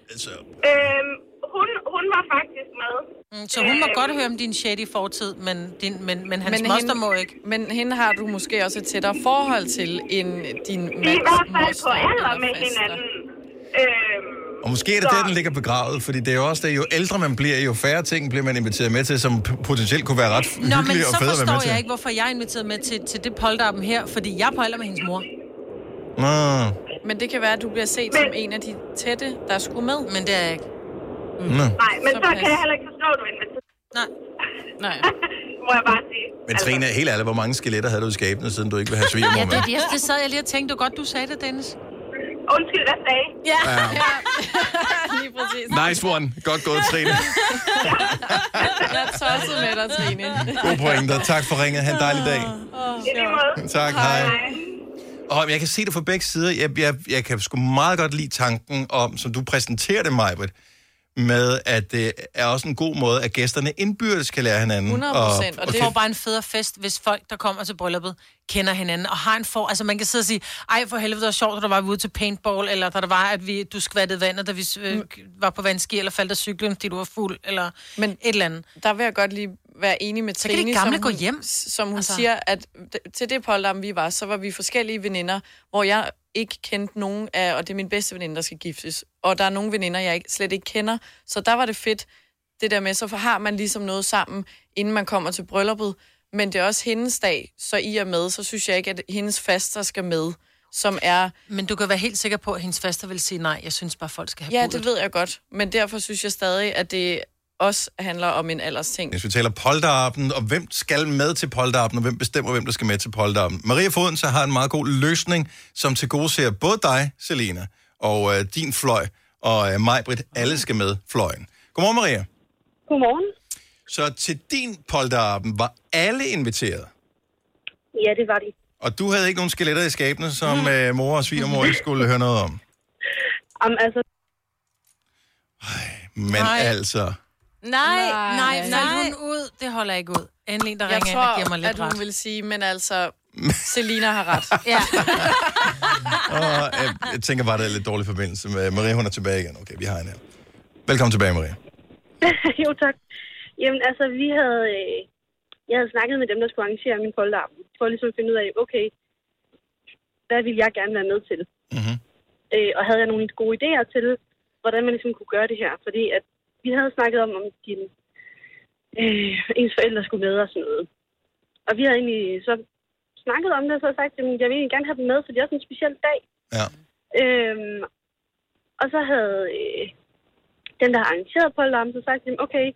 Hun var faktisk med. Så hun må godt høre om din shady fortid, men hans moster må ikke. Men hende har du måske også et tættere forhold til end din mands moster. I hvert fald på alder med hinanden. Og måske er det der, den ligger begravet, fordi det er jo også det, jo ældre man bliver, jo færre ting bliver man inviteret med til, som potentielt kunne være ret hyggelige og fede at være med til. Nå, men så forstår jeg ikke, hvorfor jeg er inviteret med til det polterappen her, fordi jeg er på alder med hendes mor. Men det kan være, at du bliver set som en af de tætte, der skulle med. Men det er jeg ikke. Nej, men så kan jeg heller ikke forstå, at du er inviteret. Nej. Må jeg bare sige. Men Trine, helt ærligt, hvor mange skeletter havde du i skabene, siden du ikke vil have svigermor med? Ja, det sad jeg lige og tænkte. Det var godt, du sagde det, Dennis. Undskyld, hvad sagde I? Ja. Lige præcis. Nice one. Godt gået, Trine. Jeg er tosset med dig, Trine. God pointer. Tak for ringet. Ha' en dejlig dag. I lige måde. Tak, hej. Og jeg kan se det fra begge sider. Jeg kan sgu meget godt lide tanken om, som du præsenterer det, Maj-Brit, med, at det er også en god måde, at gæsterne indbyrdes kan lære hinanden. 100%. Og det får bare en federe fest, hvis folk, der kommer til brylluppet, kender hinanden. Og har en altså man kan sidde og sige, ej for helvede, det var sjovt, da der var ude til paintball, eller da der var, at du skvattede vandet, da vi var på vandski, eller faldt af cyklen, fordi du var fuld, eller et eller andet. Der vil jeg godt lige være enig med Trine, så kan de gamle gå hjem. Som hun siger, at til det polterappen, vi var, så var vi forskellige veninder, hvor jeg ikke kendte nogen af, og det er min bedste veninde, der skal giftes. Og der er nogle veninder, jeg slet ikke kender. Så der var det fedt, det der med, så har man ligesom noget sammen, inden man kommer til brylluppet. Men det er også hendes dag, så I er med, så synes jeg ikke, at hendes faster skal med, som er... Men du kan være helt sikker på, at hendes faster vil sige nej. Jeg synes bare, folk skal have Ja, budet. det ved jeg godt. Men derfor synes jeg stadig, at det også handler om en aldersting. Hvis vi taler polterappen, og hvem skal med til polterappen, og hvem bestemmer, hvem der skal med til polterappen. Maria Foden så har en meget god løsning, som tilgodeser både dig, Selena, og din fløj, og Maj-Brit, alle skal med fløjen. Godmorgen, Maria. Godmorgen. Så til din polterappen var alle inviteret? Ja, det var de. Og du havde ikke nogen skeletter i skabene, som mor og svigermor ikke skulle høre noget om? Altså... Men altså... Nej, faldt hun ud? Det holder ikke ud. Endelig en, der ringer ind og giver mig lidt ret. Jeg tror, at hun vil sige, men altså, Selina har ret. Ja. Og jeg tænker bare, det er lidt dårlig forbindelse med Maria. Hun er tilbage igen. Okay, vi har hende her. Velkommen tilbage, Maria. Jo, tak. Jamen, altså, jeg havde snakket med dem, der skulle arrangere min polterappen, for at ligesom finde ud af, okay, hvad vil jeg gerne være med til? Mm-hmm. Og havde jeg nogle gode idéer til, hvordan man ligesom kunne gøre det her. Fordi at vi havde snakket om ens forældre skulle med og sådan noget. Og vi havde egentlig så snakket om det, og så havde sagt, at jeg vil egentlig gerne have dem med, for det er sådan en speciel dag. Ja. Og så havde den, der har arrangeret polterappen, så sagt, at okay,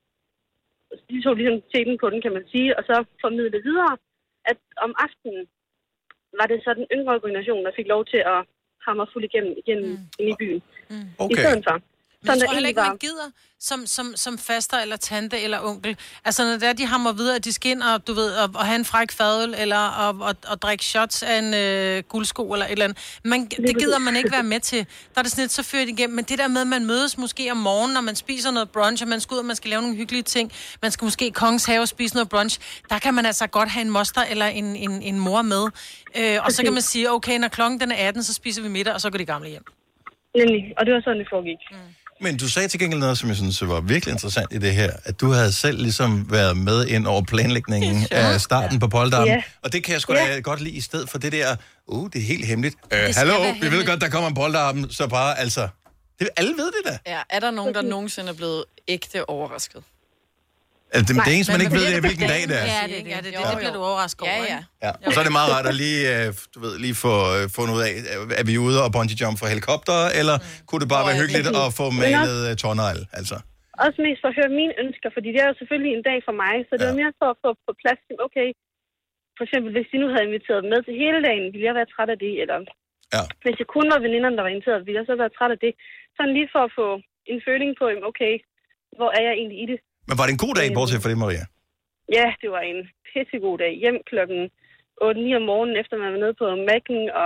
de tog ligesom teten på den, kan man sige, og så formidlede videre, at om aftenen var det så den yngre organisation, der fik lov til at hamre fuld igennem i byen. Okay. I stedet for. Men jeg tror heller ikke, man gider som faster eller tante eller onkel. Altså, når det er, de hammer videre, at de skal ind og, du ved, og have en fræk fadøl, eller og drikke shots af en guldsko eller et eller andet. Det gider man ikke være med til. Der er det sådan lidt, så fører det igennem. Men det der med, at man mødes måske om morgenen, når man spiser noget brunch, og man skal ud, og man skal lave nogle hyggelige ting. Man skal måske i Kongens Have spise noget brunch. Der kan man altså godt have en moster eller en mor med. Og så kan man sige, okay, når klokken den er 18, så spiser vi middag, og så går de gamle hjem. Nemlig, og det var sådan, det foregik. Men du sagde til gengæld noget, som jeg synes var virkelig interessant i det her, at du havde selv ligesom været med ind over planlægningen af starten på polterappen. Ja. Og det kan jeg sgu da godt lide i stedet for det der, det er helt hemmeligt. Hallo, vi ved godt, der kommer en polterappen, så bare altså... alle ved det da. Ja, er der nogen, der nogensinde er blevet ægte overrasket? Altså, det eneste, man ikke ved, er, hvilken dag det er. Ja, det bliver du overrasket over, ikke? Ja. Og så er det meget rart at lige få fundet ud af, er vi ude og bungee jump fra helikopter, eller kunne det bare være hyggeligt at få malet tårnegl, altså? Også mest for at høre mine ønsker, fordi det er jo selvfølgelig en dag for mig, så det er mere for at få på plads, okay, for eksempel hvis de nu havde inviteret med til hele dagen, ville jeg være træt af det, eller hvis jeg kun var veninderne, der var inviteret, ville jeg så være træt af det. Sådan lige for at få en føling på, okay, hvor er jeg egentlig i det? Men var det en god dag, bortset fra det, Maria? Ja, det var en pissegod dag. Hjem klokken 8-9 om morgenen, efter man var nede på Mac'en, og...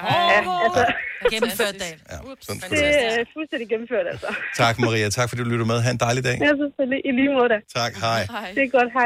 Gennemført dag. Ja, det er fuldstændig gennemført, altså. Tak, Maria. Tak, fordi du lytter med. Ha' en dejlig dag. Ja, selvfølgelig. I lige måde. Tak, hej. Det er godt, hej.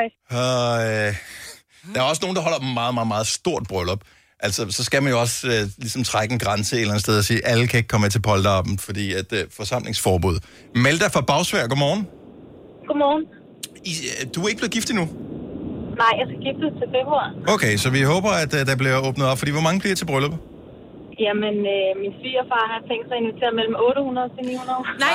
Der er også nogen, der holder meget, meget, meget stort bryllup. Altså, så skal man jo også ligesom trække en grænse et eller andet sted og sige, alle kan ikke komme med til polterappen, fordi at forsamlingsforbud. Meld dig fra Bagsværd. Godmorgen. Godmorgen. Du er ikke blevet gift endnu? Nej, jeg skal giftes til februar. Okay, så vi håber, at der bliver åbnet op, fordi hvor mange bliver til brylluppet? Jamen, min svigerfar har tænkt sig at invitere mellem 800 til 900. Nej,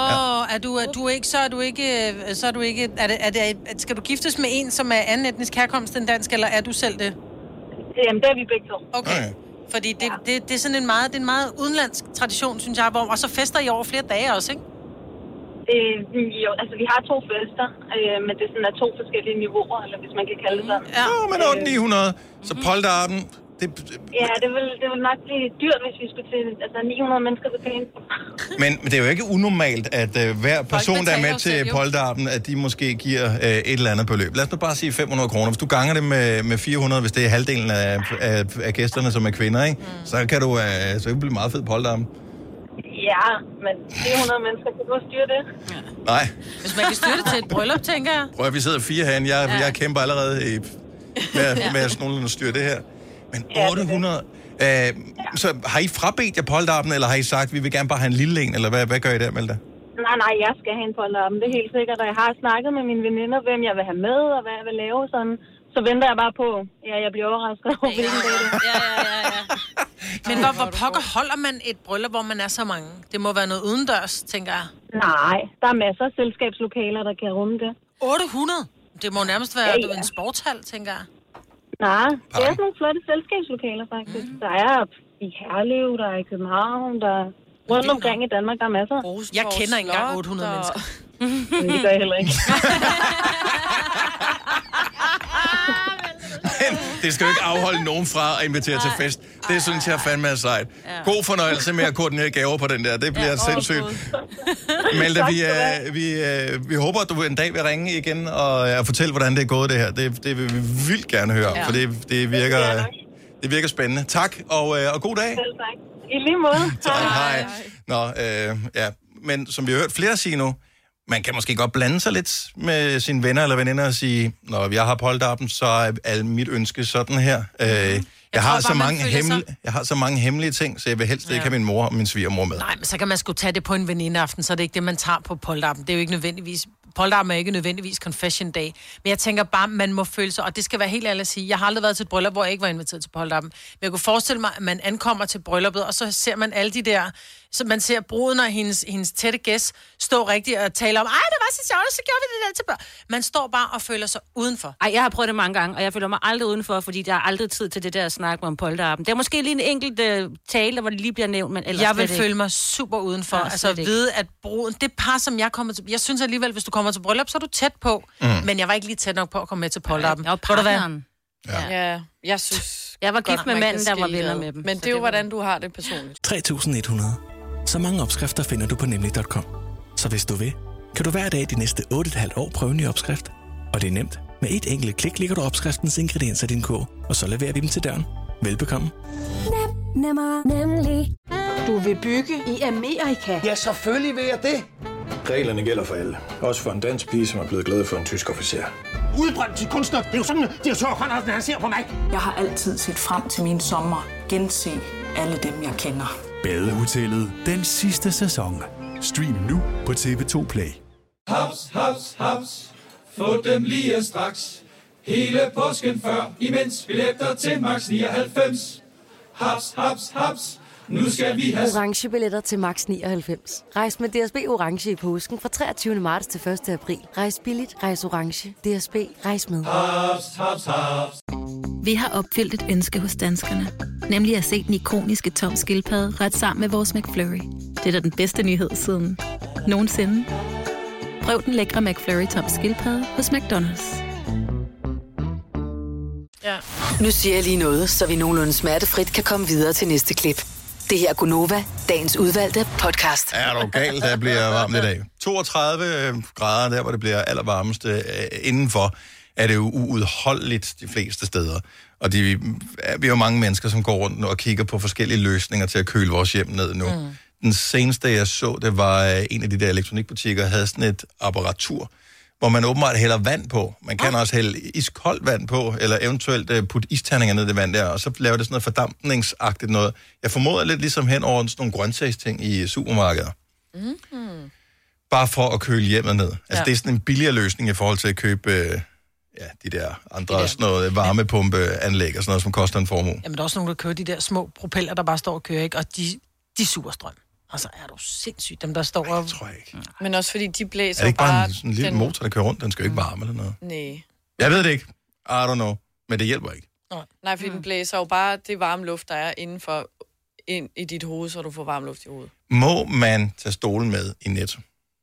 skal du giftes med en, som er anden etnisk herkomst end dansk, eller er du selv det? Jamen, det er vi begge to. Okay. Fordi det er sådan en meget udenlandsk tradition, synes jeg, og så fester I over flere dage også, ikke? Jo, altså vi har 2 fester, men det er sådan 2 forskellige niveauer, eller hvis man kan kalde det sådan. Ja, men 800-900. Så polterappen, Ja, det vil nok blive dyrt, hvis vi skulle til 900 mennesker til pænt. Men det er jo ikke unormalt, at hver person, der er med til polterappen, at de måske giver et eller andet beløb. Lad os nu bare sige 500 kroner. Hvis du ganger det med 400, hvis det er halvdelen af gæsterne, som er kvinder, ikke? Så kan du så kan det blive meget fed polterappen. Ja, men 400 mennesker, kan du styre det? Ja. Nej. Hvis man kan styre det til et bryllup, tænker jeg. Prøv at vi sidder 4 herinde. Jeg kæmper allerede med at snurre styre det her. Men 800... Så har I frabedt jer polterappen, eller har I sagt, vi vil gerne bare have en lille en, eller hvad gør I der, Melda? Nej, jeg skal have en polterappen, det er helt sikkert. Og jeg har snakket med mine veninder, hvem jeg vil have med, og hvad jeg vil lave, sådan. Så venter jeg bare på, jeg bliver overrasket over, hvilken dag det er. Ja. Men hvor pokker holder man et bryllup, hvor man er så mange? Det må være noget udendørs, tænker jeg. Nej, der er masser af selskabslokaler, der kan rumme det. 800? Det må nærmest være en sportshal, tænker jeg. Nej, det er sådan nogle flotte selskabslokaler, faktisk. Der er i Herlev, der er i København, der er rundt omkring i Danmark, der er masser. Jeg kender ikke engang 800 mennesker. Men det gør jeg heller ikke. Men det skal jo ikke afholde nogen fra at invitere til fest. Det synes jeg fandme er sejt. God fornøjelse med at koordinere gaver på den der. Det bliver sindssygt. Melda, vi håber, at du en dag vil ringe igen og fortælle, hvordan det er gået det her. Det vil vi vildt gerne høre, for det virker spændende. Tak, og god dag. Selv tak. I lige måde. Hej. Nå, men som vi har hørt flere sige nu, man kan måske godt blande sig lidt med sine venner eller veninder og sige, når jeg har polterappen, så er mit ønske sådan her. Jeg har så mange hemmelige ting, så jeg vil helst ikke have min mor og min svigermor med. Nej, men så kan man sgu tage det på en venindeaften, så er det ikke det, man tager på polterappen. Det er jo ikke nødvendigvis... Polterappen er ikke nødvendigvis confession day. Men jeg tænker bare, man må føle sig, og det skal være helt ærligt at sige, jeg har aldrig været til et bryllup, hvor jeg ikke var inviteret til polterappen. Men jeg kunne forestille mig, at man ankommer til brylluppet, og så ser man alle de der, så man ser bruden og hendes tætte gæst stå rigtigt og tale om, ej, det var så sjovt, så gjorde vi det der til børn. Man står bare og føler sig udenfor. Ej, jeg har prøvet det mange gange, og jeg føler mig aldrig udenfor, fordi der er aldrig tid til det der snak om polterappen. Det er måske lige en enkelt tale, hvor det lige bliver nævnt, men ellers jeg vil føle mig super udenfor. Altså at vide, at bruden, det par, som jeg kommer til, jeg synes alligevel, hvis du kommer til bryllup, så er du tæt på, men jeg var ikke lige tæt nok på at komme med til polterappen. Jeg var partneren. Ja, jeg synes... Jeg var gift med manden, der var venner med dem. Men det er jo, hvordan du har det personligt. 3.100. Så mange opskrifter finder du på nemlig.com. Så hvis du vil, kan du hver dag de næste 8,5 år prøve en ny opskrift. Og det er nemt. Med et enkelt klik ligger du opskriftens ingredienser i din kog, og så leverer vi dem til døren. Velbekomme. Nemmer, nemlig. Du vil bygge i Amerika? Ja, selvfølgelig vil jeg det. Reglerne gælder for alle. Også for en dansk pige, som er blevet glad for en tysk officer. Udbrændt til kunstner. Det er jo sådan, at direktør Conradsen, han ser på mig. Jeg har altid set frem til min sommer. Gense alle dem, jeg kender. Badehotellet den sidste sæson. Stream nu på TV2 Play. Haps, haps, haps. Få dem lige straks. Hele påsken før, imens billetter til max 99. Haps, haps, haps. Nu skal vi have orange billetter til max 99. Rejs med DSB orange i påsken fra 23. marts til 1. april. Rejs billigt, rejs orange. DSB, rejs med. Haps, haps, haps. Vi har opfyldt et ønske hos danskerne, nemlig at se den ikoniske Tom Skildpadde ret sammen med vores McFlurry. Det er da den bedste nyhed siden nogensinde. Prøv den lækre McFlurry Tom Skildpadde hos McDonald's. Ja. Nu siger jeg lige noget, så vi nogenlunde smertefrit kan komme videre til næste klip. Det her er Gunova, dagens udvalgte podcast. Er du galt, der bliver varmt i dag. 32 grader, der hvor det bliver allervarmest indenfor, er det jo uudholdeligt de fleste steder. Og vi er jo mange mennesker, som går rundt og kigger på forskellige løsninger til at køle vores hjem ned nu. Den seneste, jeg så, det var en af de der elektronikbutikker, havde sådan et apparatur, hvor man åbenbart hælder vand på. Man kan også hælde iskoldt vand på, eller eventuelt putte isterninger ned i det vand der, og så laver det sådan noget fordampningsagtigt noget. Jeg formoder lidt ligesom hen over sådan nogle grøntsagsting i supermarkeder. Mm-hmm. Bare for at køle hjemmet ned. Altså det er sådan en billigere løsning i forhold til at købe de der andre sådan noget varmepumpeanlæg og sådan noget, som koster en formue. Jamen der er også nogen, der kører de der små propeller, der bare står og kører, ikke? Og de suger strøm. Altså, er du sindssygt, dem der står og... Det tror jeg ikke. Men også fordi de blæser bare... Er det ikke bare en lille den... motor, der kører rundt? Den skal jo ikke varme eller noget. Nej. Jeg ved det ikke. I don't know. Men det hjælper ikke. Nej, fordi den blæser jo bare det varme luft, der er indenfor ind i dit hoved, så du får varm luft i hovedet. Må man tage stolen med i Netto?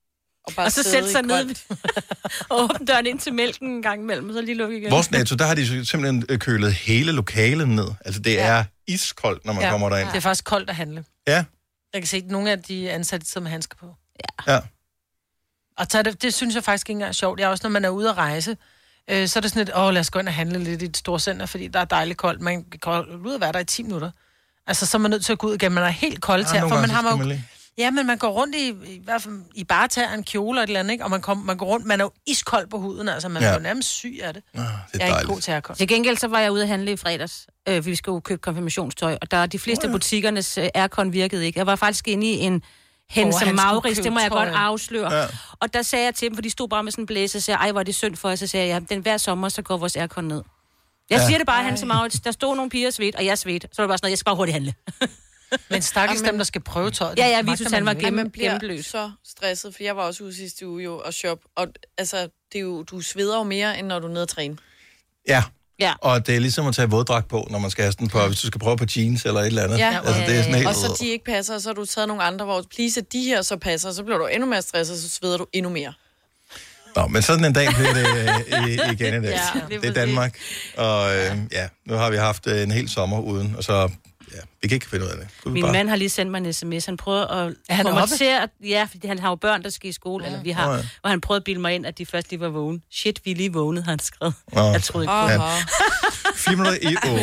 Og så sætte sig ned og åbne døren ind til mælken en gang imellem, og så lige lukke igen. Vores Netto, der har de simpelthen kølet hele lokalet ned. Altså, det er iskoldt, når man kommer derind. Det er faktisk koldt at handle. Ja. Jeg kan se, at nogle af de ansatte sidder med handsker på. Ja. Og det synes jeg faktisk ikke engang er sjovt. Jeg er også, når man er ude at rejse, så er det sådan lidt, lad os gå ind og handle lidt i et stort center, fordi der er dejligt koldt. Man kan ud og være der i 10 minutter. Altså, så er man nødt til at gå ud igen. Man er helt kold til, for man har jo... Ja, men man går rundt i hvert fald i bare tager en kjole og et eller andet, ikke? Og man går rundt, man er jo iskold på huden, altså man er jo nærmest syg af det. Det er jeg er ikke god til at komme. Til gengæld så var jeg ude at handle i fredags, vi skulle købe konfirmationstøj, og der er de fleste butikkernes aircon virkede ikke. Jeg var faktisk inde i en Hense Maurits, det må jeg godt afsløre. Ja. Og der sagde jeg til dem, for de stod bare med sådan en blæse, og sagde, ej, hvor er det synd for os, så sagde jeg, den hver sommer, så går vores aircon ned. Jeg siger det bare, Hense Maurits, der stod nogle piger svedt, og jeg svedt. Så var det bare sådan noget, jeg skal bare hurtigt handle. Men stakkels dem, der skal prøve tøjet. Ja, vi synes, han var gennembløs. Så stresset, for jeg var også ude sidste uge jo og shop. Og altså, det er jo, du sveder jo mere, end når du er nede at træne. Ja. Og det er ligesom at tage våddragt på, når man skal have den på, hvis du skal prøve på jeans eller et eller andet. Ja. Altså, det er sådan helt... Og så de ikke passer, så har du taget nogle andre, hvor please, at de her så passer, så bliver du endnu mere stresset, så sveder du endnu mere. Nå, men sådan en dag bliver det igen i dag. Det er Danmark. Og nu har vi haft en hel sommer uden, og så... Ja, vi kan ikke finde ud af det. Min mand har lige sendt mig en sms. Han prøver at kommentere... Ja, fordi han har jo børn, der skal i skole, eller vi har... Og han prøvede at bilde mig ind, at de først lige var vågne. Shit, vi er lige vågnet, har han skrevet. Jeg troede ikke på det. 4 minutter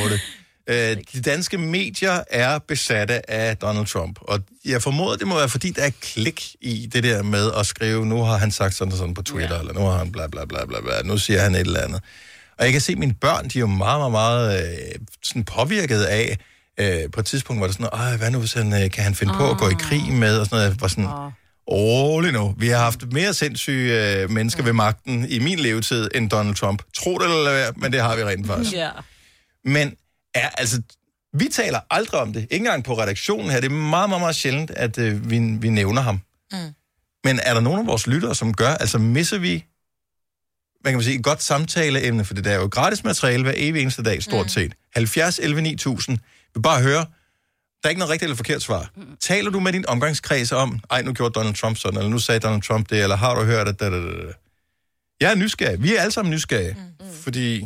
i 8. De danske medier er besatte af Donald Trump. Og jeg formoder, det må være, fordi der er klik i det der med at skrive, nu har han sagt sådan og sådan på Twitter, eller nu har han bla bla bla bla bla, nu siger han et eller andet. Og jeg kan se, at mine børn, de er jo meget, meget sådan påvirket af, på et tidspunkt var det sådan, hvad nu hvis han, kan han finde på at gå i krig med, og sådan noget. Jeg var sådan, rolig nu. Vi har haft mere sindssyge mennesker ved magten i min levetid end Donald Trump. Tro det eller hvad, men det har vi rent faktisk. Men vi taler aldrig om det. Ikke engang på redaktionen her. Det er meget, meget, meget sjældent, at vi nævner ham. Men er der nogen af vores lyttere, som gør, altså misser vi, hvad kan man sige, et godt samtaleemne, for det der er jo gratis materiale hver evig eneste dag, stort set. 70 11 9000. Vi vil bare høre, der er ikke noget rigtigt eller forkert svar. Taler du med din omgangskreds om, nu gjorde Donald Trump sådan, eller nu sagde Donald Trump det, eller har du hørt det? Jeg er nysgerrig. Vi er alle sammen nysgerrige, fordi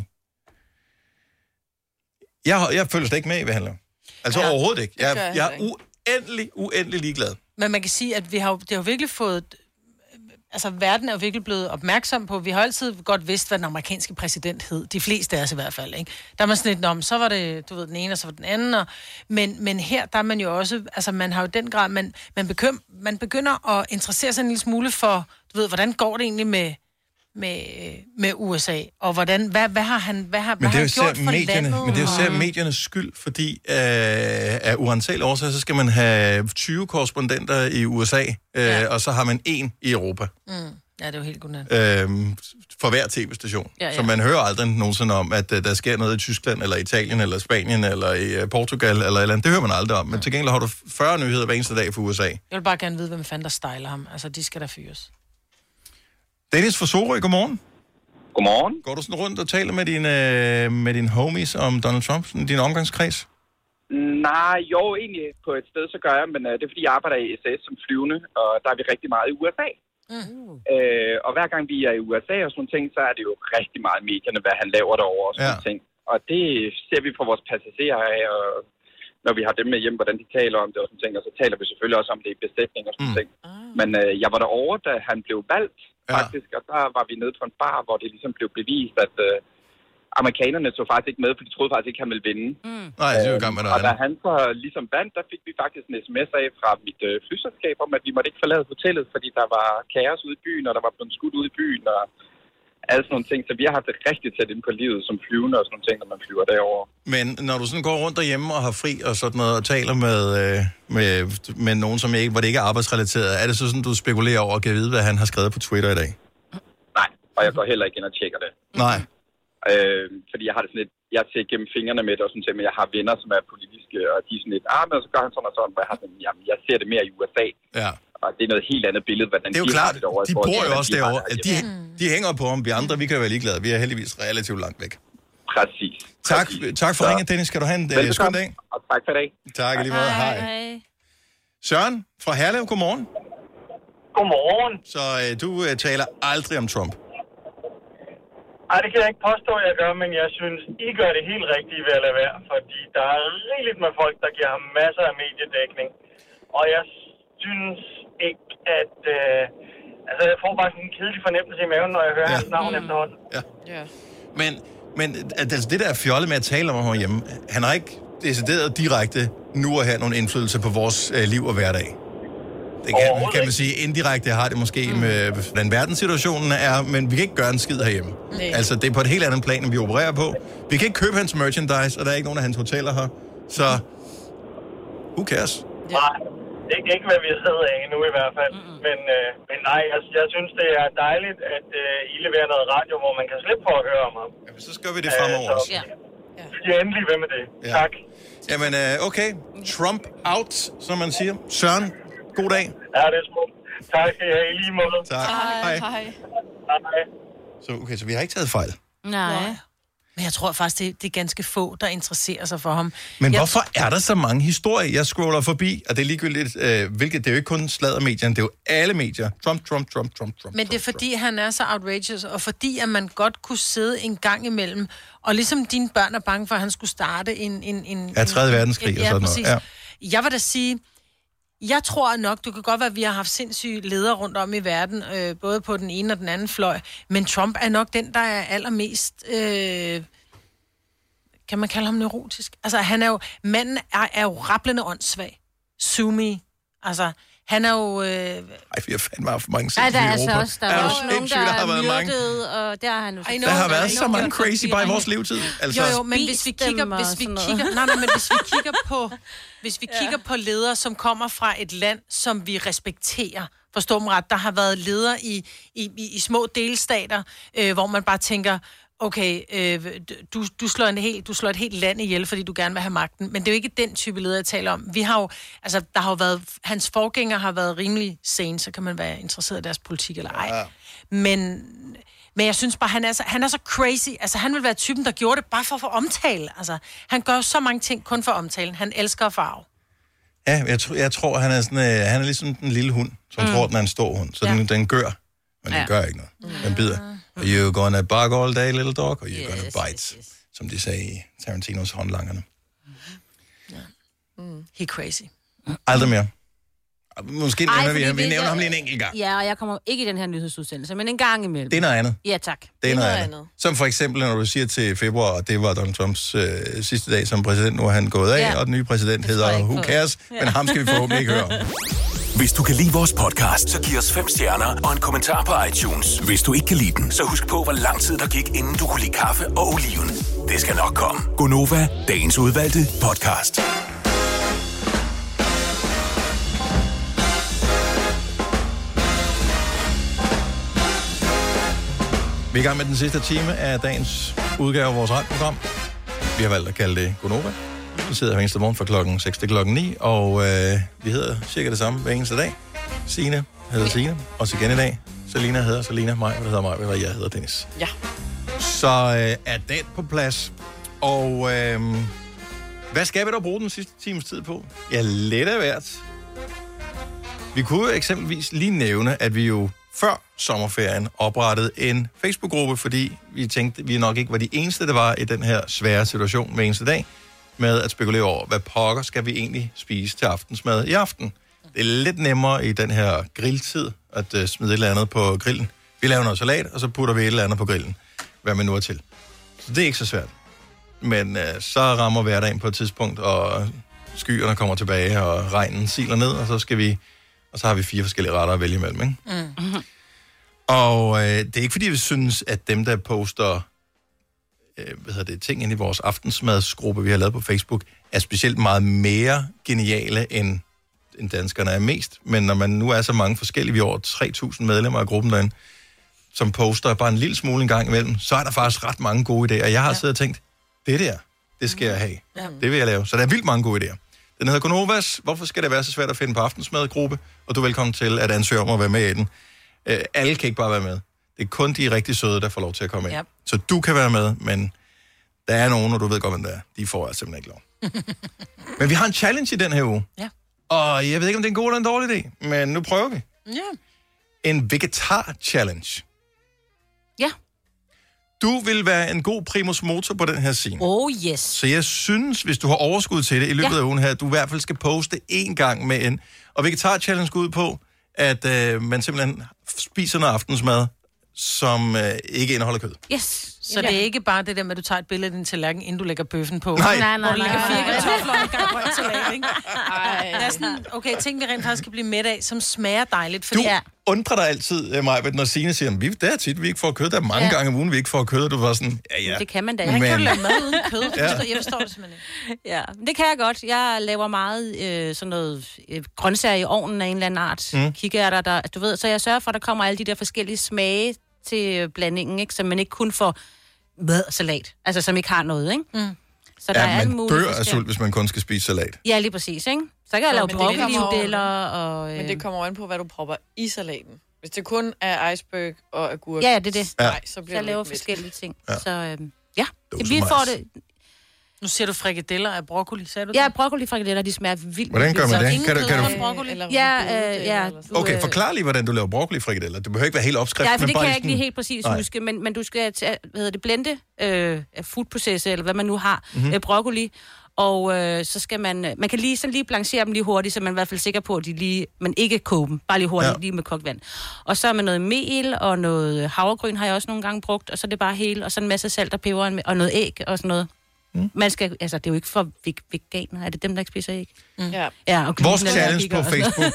jeg føler slet ikke med i, hvad handler. Altså overhovedet ikke. Jeg er uendelig ligeglad. Men man kan sige, at det har virkelig fået... Altså, verden er jo virkelig blevet opmærksom på, vi har altid godt vidst, hvad den amerikanske præsident hed. De fleste af os i hvert fald, ikke? Der er man sådan lidt, så var det, du ved, den ene, og så var den anden. Men her, der er man jo også, altså man har jo den grad, man begynder at interessere sig en lille smule for, du ved, hvordan går det egentlig med USA, og hvad har han gjort for landet? Men det er jo især mediernes skyld, fordi af uansagelige årsager, så skal man have 20 korrespondenter i USA, og så har man 1 i Europa. Ja, det er jo helt godnat. For hver tv-station. Så man hører aldrig nogensinde om, at der sker noget i Tyskland, eller Italien, eller Spanien, eller i Portugal, eller andet. Det hører man aldrig om. Men til gengæld har du 40 nyheder hver eneste dag for USA. Jeg vil bare gerne vide, hvem fanden der styler ham. Altså, de skal der fyres. Dennis fra Sorø, godmorgen. Godmorgen. Går du sådan rundt og taler med dine homies om Donald Trump, sådan din omgangskreds? Nej, jo, egentlig på et sted, så gør jeg, men det er fordi, jeg arbejder i SAS som flyvende, og der er vi rigtig meget i USA. Og hver gang vi er i USA og sådan nogle ting, så er det jo rigtig meget i medierne, hvad han laver derovre og sådan nogle ting. Og det ser vi fra vores passagerer af, og når vi har dem med hjem, hvordan de taler om det og sådan ting, og så taler vi selvfølgelig også om det i besætning og sådan ting. Men jeg var derovre, da han blev valgt, faktisk, og der var vi nede på en bar, hvor det ligesom blev bevist, at amerikanerne så faktisk ikke med, for de troede faktisk ikke, han ville vinde. Nej, det er jo i gang med noget. Og da han så ligesom vandt, der fik vi faktisk en sms af fra mit flyselskab om, at vi måtte ikke forlade hotellet, fordi der var kaos ude i byen, og der var blevet skudt ude i byen, og alle sådan nogle ting. Så vi har haft det rigtig tæt ind på livet som flyvende og sådan nogle ting, når man flyver derover. Men når du sådan går rundt derhjemme og har fri og sådan noget, og taler med nogen, som ikke, hvor det ikke er arbejdsrelateret, er det så sådan, du spekulerer over at kan vide, hvad han har skrevet på Twitter i dag? Nej, og jeg går heller ikke ind og tjekker det. Nej. Fordi jeg har det sådan lidt, jeg ser gennem fingrene med det og sådan ting, men jeg har venner, som er politiske, og de er sådan lidt, men så gør han sådan og sådan, hvor jeg har sådan, jamen, jeg ser det mere i USA. Ja. Og det er noget helt andet billede, hvordan det er jo klart, de bor jo også derovre. De hænger på om vi andre, vi kan jo være ligeglade. Vi er heldigvis relativt langt væk. Præcis. Tak for ringen, Dennis. Skal du have en skøn dag? Og tak for i dag. Tak lige måde. Hej. Søren fra Herlev, godmorgen. Godmorgen. Så du taler aldrig om Trump? Ej, det kan jeg ikke påstå, at jeg gør, men jeg synes, I gør det helt rigtige ved at lade være, fordi der er rigeligt med folk, der giver ham masser af mediedækning. Og jeg synes ikke, at... altså, jeg får bare sådan en kedelig fornemmelse i maven, når jeg hører hans navn efterhånden. Ja. Men altså, det der er fjollet med at tale om ham hjemme, han har ikke decideret direkte nu at have nogen indflydelse på vores liv og hverdag. Det kan man sige, indirekte har det måske med, hvordan verdenssituationen er, men vi kan ikke gøre en skid herhjemme. Nej. Altså, det er på et helt andet plan, end vi opererer på. Vi kan ikke købe hans merchandise, og der er ikke nogen af hans hoteller her. Så, who cares? Nej, ikke hvad vi sidder af nu i hvert fald. Men nej, jeg synes, det er dejligt, at I leverer noget radio, hvor man kan slippe for at høre om ham. Jamen, så skal vi det fremover også. Ja, endelig ved med det. Ja. Tak. Jamen, okay. Trump out, som man siger. Søren, god dag. Ja, det er smukt. Tak skal I have i lige måde. Tak. Hej. Så vi har ikke taget fejl. Nej. Men jeg tror faktisk, det er ganske få, der interesserer sig for ham. Men hvorfor er der så mange historier? Jeg scroller forbi, og det er ligegyldigt, hvilket det er jo ikke kun sladdermedierne, det er jo alle medier. Trump. Men det er fordi, han er så outrageous, og fordi, at man godt kunne sidde en gang imellem, og ligesom dine børn er bange for, at han skulle starte en 3. verdenskrig og sådan noget. Ja. Jeg vil da sige... Jeg tror nok, du kan godt være, at vi har haft sindssyge ledere rundt om i verden, både på den ene og den anden fløj, men Trump er nok den, der er allermest, kan man kalde ham neurotisk? Altså, manden er jo rablende åndssvag. Sue me. Altså, han er jo... vi har fandme haft mange sindssyge i Europa. Der er også nogen, der er myrdet, og der har han jo... Der har været så mange crazy bare i vores levetid. Altså. Jo, men hvis vi kigger på ledere, som kommer fra et land, som vi respekterer, forstår man ret, der har været ledere i små delstater, hvor man bare tænker, okay, du slår et helt land ihjel, fordi du gerne vil have magten. Men det er jo ikke den type leder, jeg taler om. Vi har jo, altså, der har jo været, hans forgængere har været rimelig sane, så kan man være interesseret i deres politik eller ej. Ja. Men jeg synes bare, han er så crazy. Altså, han vil være typen, der gjorde det bare for at få omtale. Altså, han gør så mange ting kun for omtalen. Han elsker at farve. Ja, jeg tror, han er sådan, han er ligesom den lille hund, som tror, den er en stor hund. Så den gør, men den gør ikke noget. Den bider. You're gonna bark all day, little dog, or you're gonna bite, som de sagde i Tarantinos håndlangerne. He crazy. Aldrig mere. Måske vi nævner ham lige en enkelt gang. Ja, og jeg kommer ikke i den her nyhedsudsendelse, men en gang imellem. Det er noget andet. Ja, tak. Det er noget andet. Som for eksempel, når du siger til februar, og det var Donald Trumps sidste dag som præsident, nu er han gået af, og den nye præsident hedder Who Cares, men ham skal vi forhåbentlig ikke høre om. Hvis du kan lide vores podcast, så giv os 5 stjerner og en kommentar på iTunes. Hvis du ikke kan lide den, så husk på, hvor lang tid der gik, inden du kunne lide kaffe og oliven. Det skal nok komme. Gonova, dagens udvalgte podcast. Vi er i gang med den sidste time af dagens udgave af vores radioprogram. Vi har valgt at kalde det Gonova. Vi sidder hver eneste morgen fra klokken 6 til klokken 9, og vi hedder cirka det samme hver eneste dag. Signe hedder Signe, også igen i dag. Selina hedder Selina, mig hedder mig, og jeg hedder Dennis. Ja. Så er den på plads. Og hvad skal vi dog bruge den sidste times tid på? Ja, lidt af hvert. Vi kunne eksempelvis lige nævne, at vi jo før sommerferien oprettede en Facebook-gruppe, fordi vi tænkte, at vi nok ikke var de eneste, der var i den her svære situation hver eneste dag, med at spekulere over, hvad pokker skal vi egentlig spise til aftensmad i aften. Det er lidt nemmere i den her grilltid, at smide et eller andet på grillen. Vi laver noget salat, og så putter vi et eller andet på grillen, hvad man nu er til. Så det er ikke så svært. Men så rammer hverdagen på et tidspunkt, og skyerne kommer tilbage, og regnen siler ned, og så har vi 4 forskellige retter at vælge imellem, ikke? Mm-hmm. Og det er ikke fordi, vi synes, at dem, der poster ting ind i vores aftensmadsgruppe, vi har lavet på Facebook, er specielt meget mere geniale, end danskerne er mest. Men når man nu er så mange forskellige, vi er over 3.000 medlemmer af gruppen derinde, som poster bare en lille smule en gang imellem, så er der faktisk ret mange gode idéer. Jeg har siddet og tænkt, det skal jeg have. Ja. Det vil jeg lave. Så der er vildt mange gode idéer. Den hedder Gonovas. Hvorfor skal det være så svært at finde på aftensmadgruppe? Og du er velkommen til at ansøge om at være med i den. Alle kan ikke bare være med. Det er kun de rigtig søde, der får lov til at komme ind. Yep. Så du kan være med, men der er nogen, og du ved godt, hvem der er. De får altså simpelthen ikke lov. Men vi har en challenge i den her uge. Ja. Og jeg ved ikke, om det er en god eller en dårlig idé, men nu prøver vi. en vegetar-challenge. Ja. Du vil være en god primus motor på den her scene. Oh yes. Så jeg synes, hvis du har overskud til det i løbet af ugen her, du i hvert fald skal poste én gang med en. Og vegetar-challenge går ud på, at man simpelthen spiser noget aftensmad, som ikke indeholder kød. Yes. Så det er ikke bare det der med, at du tager et billede af din tallerken, inden du lægger bøffen på. Nej. Hvor du lægger 4 kartofler og en gang grønt salat, ikke? Det er sådan, okay, ting vi rent faktisk skal blive mæt af, som smager dejligt. Fordi Du undrer dig altid, Maja, når Signe siger, det er tit, vi ikke får kød. Der er mange gange om ugen, vi ikke får kød, og du var sådan, ja. Det kan man da. Hvordan kan du lave mad uden kød? Jeg forstår det simpelthen ikke. Ja, det kan jeg godt. Jeg laver meget sådan noget grøntsager i ovnen af en eller anden art. Kikærter, der, du ved, så jeg sørger for, at der kommer alle de der forskellige smage til blandingen, ikke? Så man ikke kun får salat, altså som ikke har noget, ikke? Så der er man dør af sult, hvis man kun skal spise salat. Ja, lige præcis, ikke? Så kan jeg lave broccoli-modeller og... Men det kommer an på, hvad du propper i salaten. Hvis det kun er iceberg og agurk... Ja, det er det. Nej, så bliver jeg laver lidt forskellige ting. Ja. Så vi får det... Nu siger du frikadeller af broccoli, sagde du det? Ja, broccoli-frikadeller, de smager vildt. Hvordan gør man det? Kan du... broccoli? Ja. Okay, forklar lige, hvordan du laver broccoli-frikadeller. Det behøver ikke være helt opskrift. Ja, for men det bare kan jeg ikke lige sådan... helt præcis huske, men du skal blende foodprocesse, eller hvad man nu har, broccoli, og så skal man kan lige blanchere dem lige hurtigt, så man er i hvert fald sikker på, at man ikke koger dem, bare lige hurtigt, lige med kogt vand. Og så med noget mel og noget havregryn har jeg også nogle gange brugt, og så er det bare hele, og så en masse salt og peber og noget æg og sådan noget. Man skal, altså det er jo ikke for veganer, er det dem, der ikke spiser æg? Ja, okay. Vores challenge på Facebook,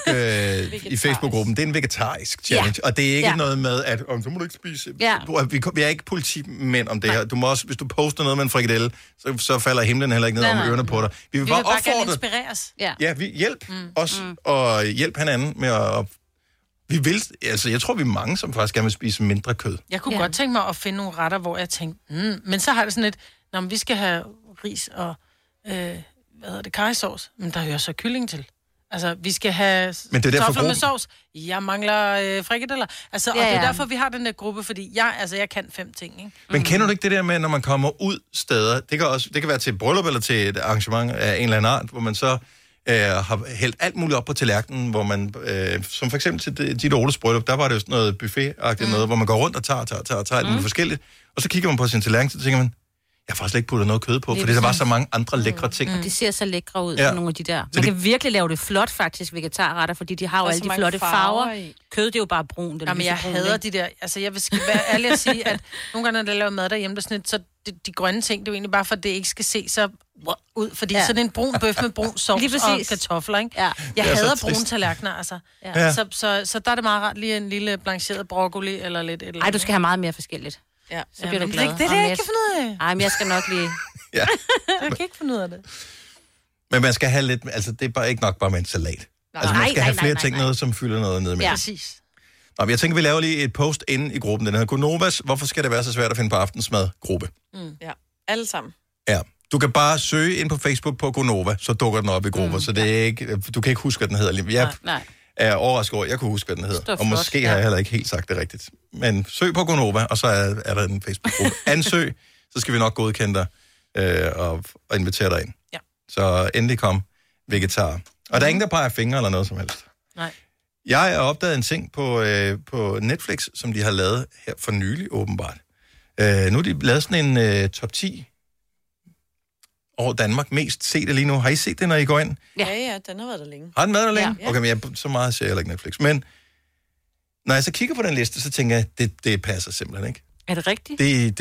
i Facebook-gruppen, det er en vegetarisk challenge, og det er ikke noget med, at så må du ikke spise. Vi er ikke politimænd om det her. Du må også, hvis du poster noget med en frikadelle, så falder himlen heller ikke ned om ørerne på dig. Vi vil bare gerne inspireres. Ja, vi hjælp os, og hjælp hinanden med at... Vi vil, altså jeg tror, vi er mange, som faktisk gerne vil spise mindre kød. Jeg kunne godt tænke mig at finde nogle retter, hvor jeg tænkte, men så har det sådan et, vi skal have ris og, karrysauce, men der hører så kylling til. Altså, vi skal have kartofler med sovs. Jeg mangler frikadeller. Altså, og det er derfor, vi har den der gruppe, fordi jeg kan 5 ting, ikke? Men kender du ikke det der med, når man kommer ud steder, det kan være til et bryllup eller til et arrangement af en eller anden art, hvor man så har hældt alt muligt op på tallerkenen, hvor man, som for eksempel til dit Oles bryllup, der var det jo sådan noget buffet-agtigt noget, hvor man går rundt og tager alt muligt forskelligt, og så kigger man på sin tallerken, så tænker man, jeg har faktisk ikke puttet noget kød på, fordi der var så mange andre lækre ting. Og de ser så lækre ud, nogle af de der. Man kan virkelig lave det flot, faktisk, vegetarretter, fordi de har jo alle de flotte farver. Kød, det er jo bare brun. Jamen, jeg hader de der... Altså, jeg vil være ærlig at sige, at nogle gange, når der laver mad derhjemme, der sådan, så de grønne ting, det er jo egentlig bare for, at det ikke skal se så ud. Fordi så er det en brun bøf med brun sovs og kartofler, ikke? Ja. Jeg hader brune tallerkener, altså. Ja. Så der er det meget rart lige en lille blancheret broccoli eller lidt... Ej, du skal have meget mere forskelligt. Ja, så bliver du glad. Det er det, jeg ikke kan finde ud af. Ej, men jeg skal nok lige... Jeg kan ikke finde ud af det. Men man skal have lidt... Altså, det er bare ikke nok bare med en salat. Altså, man skal have flere ting, noget, som fylder noget ned med. Ja, præcis. Nå, jeg tænker, vi laver lige et post inde i gruppen. Den her Gonovas, hvorfor skal det være så svært at finde på aftensmad-gruppe? Ja, alle sammen. Ja, du kan bare søge ind på Facebook på Gonova, så dukker den op i grupper, så det er ikke... Du kan ikke huske, hvad den hedder. Jeg er overrasket over, jeg kunne huske, hvad den hedder. Og måske har jeg heller ikke helt sagt det rigtigt. Men søg på Gonova, og så er der en Facebook-gruppe. Ansøg, så skal vi nok godkende dig og invitere dig ind. Ja. Så endelig kom vegetar. Og der er ingen, der peger fingre eller noget som helst. Nej. Jeg har opdaget en ting på Netflix, som de har lavet her for nylig, åbenbart. Nu har de lavet sådan en top 10 over Danmark mest set det lige nu. Har I set det, når I går ind? Ja, den har været der længe. Har den været der længe? Ja. Okay, men så meget ser jeg heller ikke Netflix. Men når jeg så kigger på den liste, så tænker jeg, det passer simpelthen ikke. Er det rigtigt?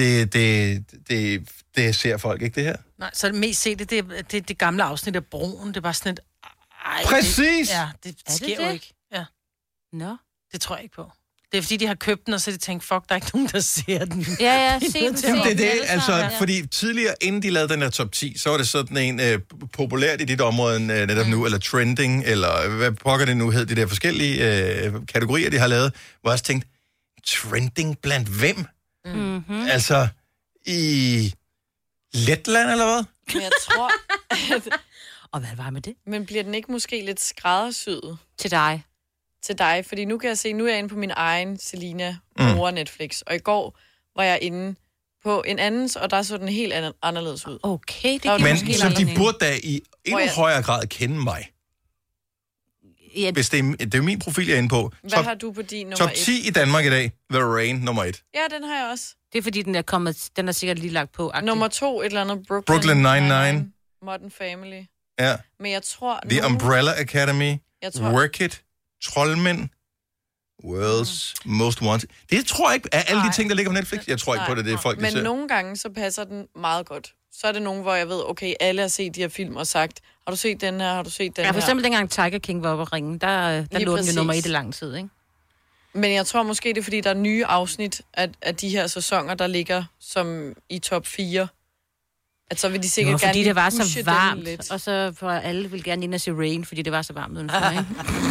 Det ser folk ikke, det her. Nej, så det mest set, det er det gamle afsnit af Broen. Det er bare sådan et... Præcis! Det sker jo ikke. Ja. Nå. Det tror jeg ikke på. Det er fordi, de har købt den, og så de tænkt, fuck, der er ikke nogen, der ser den. Ja, se den. Det er det, altså, fordi tidligere, inden de lavede den her top 10, så var det sådan en populært i dit område netop nu, eller trending, eller hvad pokker det nu hed, de der forskellige kategorier, de har lavet, hvor jeg også tænkte, trending blandt hvem? Mm-hmm. Altså, i Letland, eller hvad? Men jeg tror... Og hvad var med det? Men bliver den ikke måske lidt skræddersyet? Til dig? Til dig, fordi nu kan jeg se, nu er jeg inde på min egen Selina bruger Netflix, og i går var jeg inde på en andens, og der så den helt anderledes ud. Okay, det men så de burde da i endnu højere grad kende mig. Hvis det er jo min profil, jeg er inde på. Hvad har du på din nummer 1? Top 10 i Danmark i dag. The Rain, nummer 1. Ja, den har jeg også. Det er fordi, den er sikkert lige lagt på. Nummer 2, et eller andet Brooklyn Nine-Nine. Modern Family. Ja. Men jeg tror... The Umbrella Academy. Work It. Troldmænd. World's Most Wanted. Det tror jeg ikke er alle de ting, der ligger på Netflix. Jeg tror ikke på det, det er folk, der Men ser. nogle gange, så passer den meget godt. Så er det nogen, hvor jeg ved, okay, alle har set de her film og sagt, har du set den her, har du set den her? Ja, for eksempel dengang Tiger King var oppe at ringe, der lå den jo nummer 1 i lang tid, ikke? Men jeg tror måske, det er, fordi der er nye afsnit af de her sæsoner, der ligger som i top 4. At så vil de sikkert gerne fordi det var så varmt, og så for alle vil gerne ind og se Rain, fordi det var så varmt udenfor, ikke?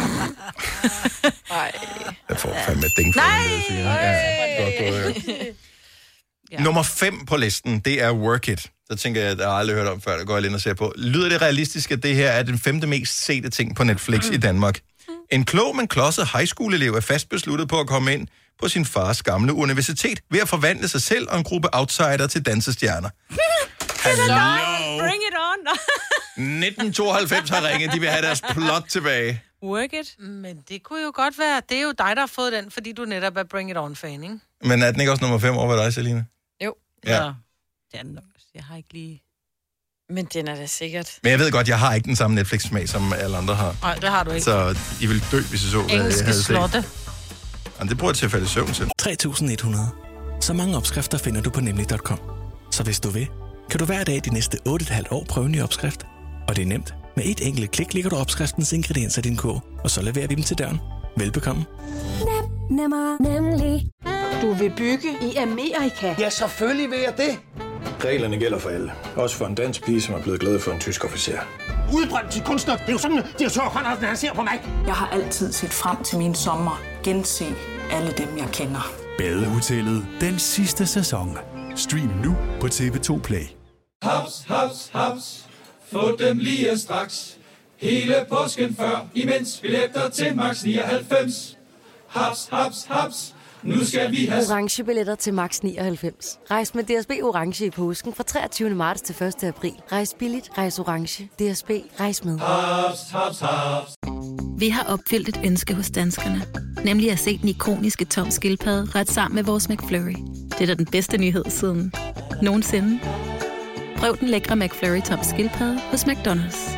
Nej. Jeg får fandme et ding for det, siger jeg. Ja. Nummer 5 på listen, det er Work It. Så tænker jeg, at jeg har aldrig hørt om før, det går jeg ind og ser på. Lyder det realistisk, at det her er den 5. mest sete ting på Netflix i Danmark? En klog, men klodset high school-elev er fast besluttet på at komme ind på sin fars gamle universitet ved at forvandle sig selv og en gruppe outsider til dansestjerner. Hallo! Bring it on! 1992 har ringet, de vil have deres plot tilbage. Work It? Men det kunne jo godt være, det er jo dig, der har fået den, fordi du netop er Bring It On-fan, ikke? Men er den ikke også nummer 5 over dig, Selina? Jo. Ja. Det er nok. Jeg har ikke lige... Men den er da sikkert. Men jeg ved godt, jeg har ikke den samme Netflix-smag, som alle andre har. Nej, det har du ikke. Så I ville dø, hvis I så, hvad jeg havde set. Engelske slotte. Jamen, det bruger jeg til at falde i søvn til. 3.100. Så mange opskrifter finder du på nemlig.com. Så hvis du vil, kan du hver dag de næste 8,5 år prøve en ny opskrift. Og det er nemt. Med et enkelt klik ligger du opskriftens ingredienser i din kog, og så leverer vi dem til døren. Velbekomme. Nemmer, nemlig. Du vil bygge i Amerika? Ja, selvfølgelig vil jeg det. Reglerne gælder for alle. Også for en dansk pige, som er blevet glad for en tysk officer. Udbrændt til kunstner. Det er jo sådan, at direktør Conradsen, han ser på mig. Jeg har altid set frem til min sommer. Gense alle dem, jeg kender. Badehotellet den sidste sæson. Stream nu på TV2 Play. Haps, haps, haps. Få dem lige straks. Hele påsken før, imens billetter til max 99. Haps, haps, haps. Nu skal vi have orange billetter til max 99. Rejs med DSB orange i påsken fra 23. marts til 1. april. Rejs billigt, rejs orange. DSB, rejs med. Haps, haps, haps. Vi har opfyldt et ønske hos danskerne. Nemlig at se den ikoniske Tom Skildpadde ret sammen med vores McFlurry. Det er da den bedste nyhed siden nogensinde. Prøv den lækre McFlurry Tom Skildpadde hos McDonald's.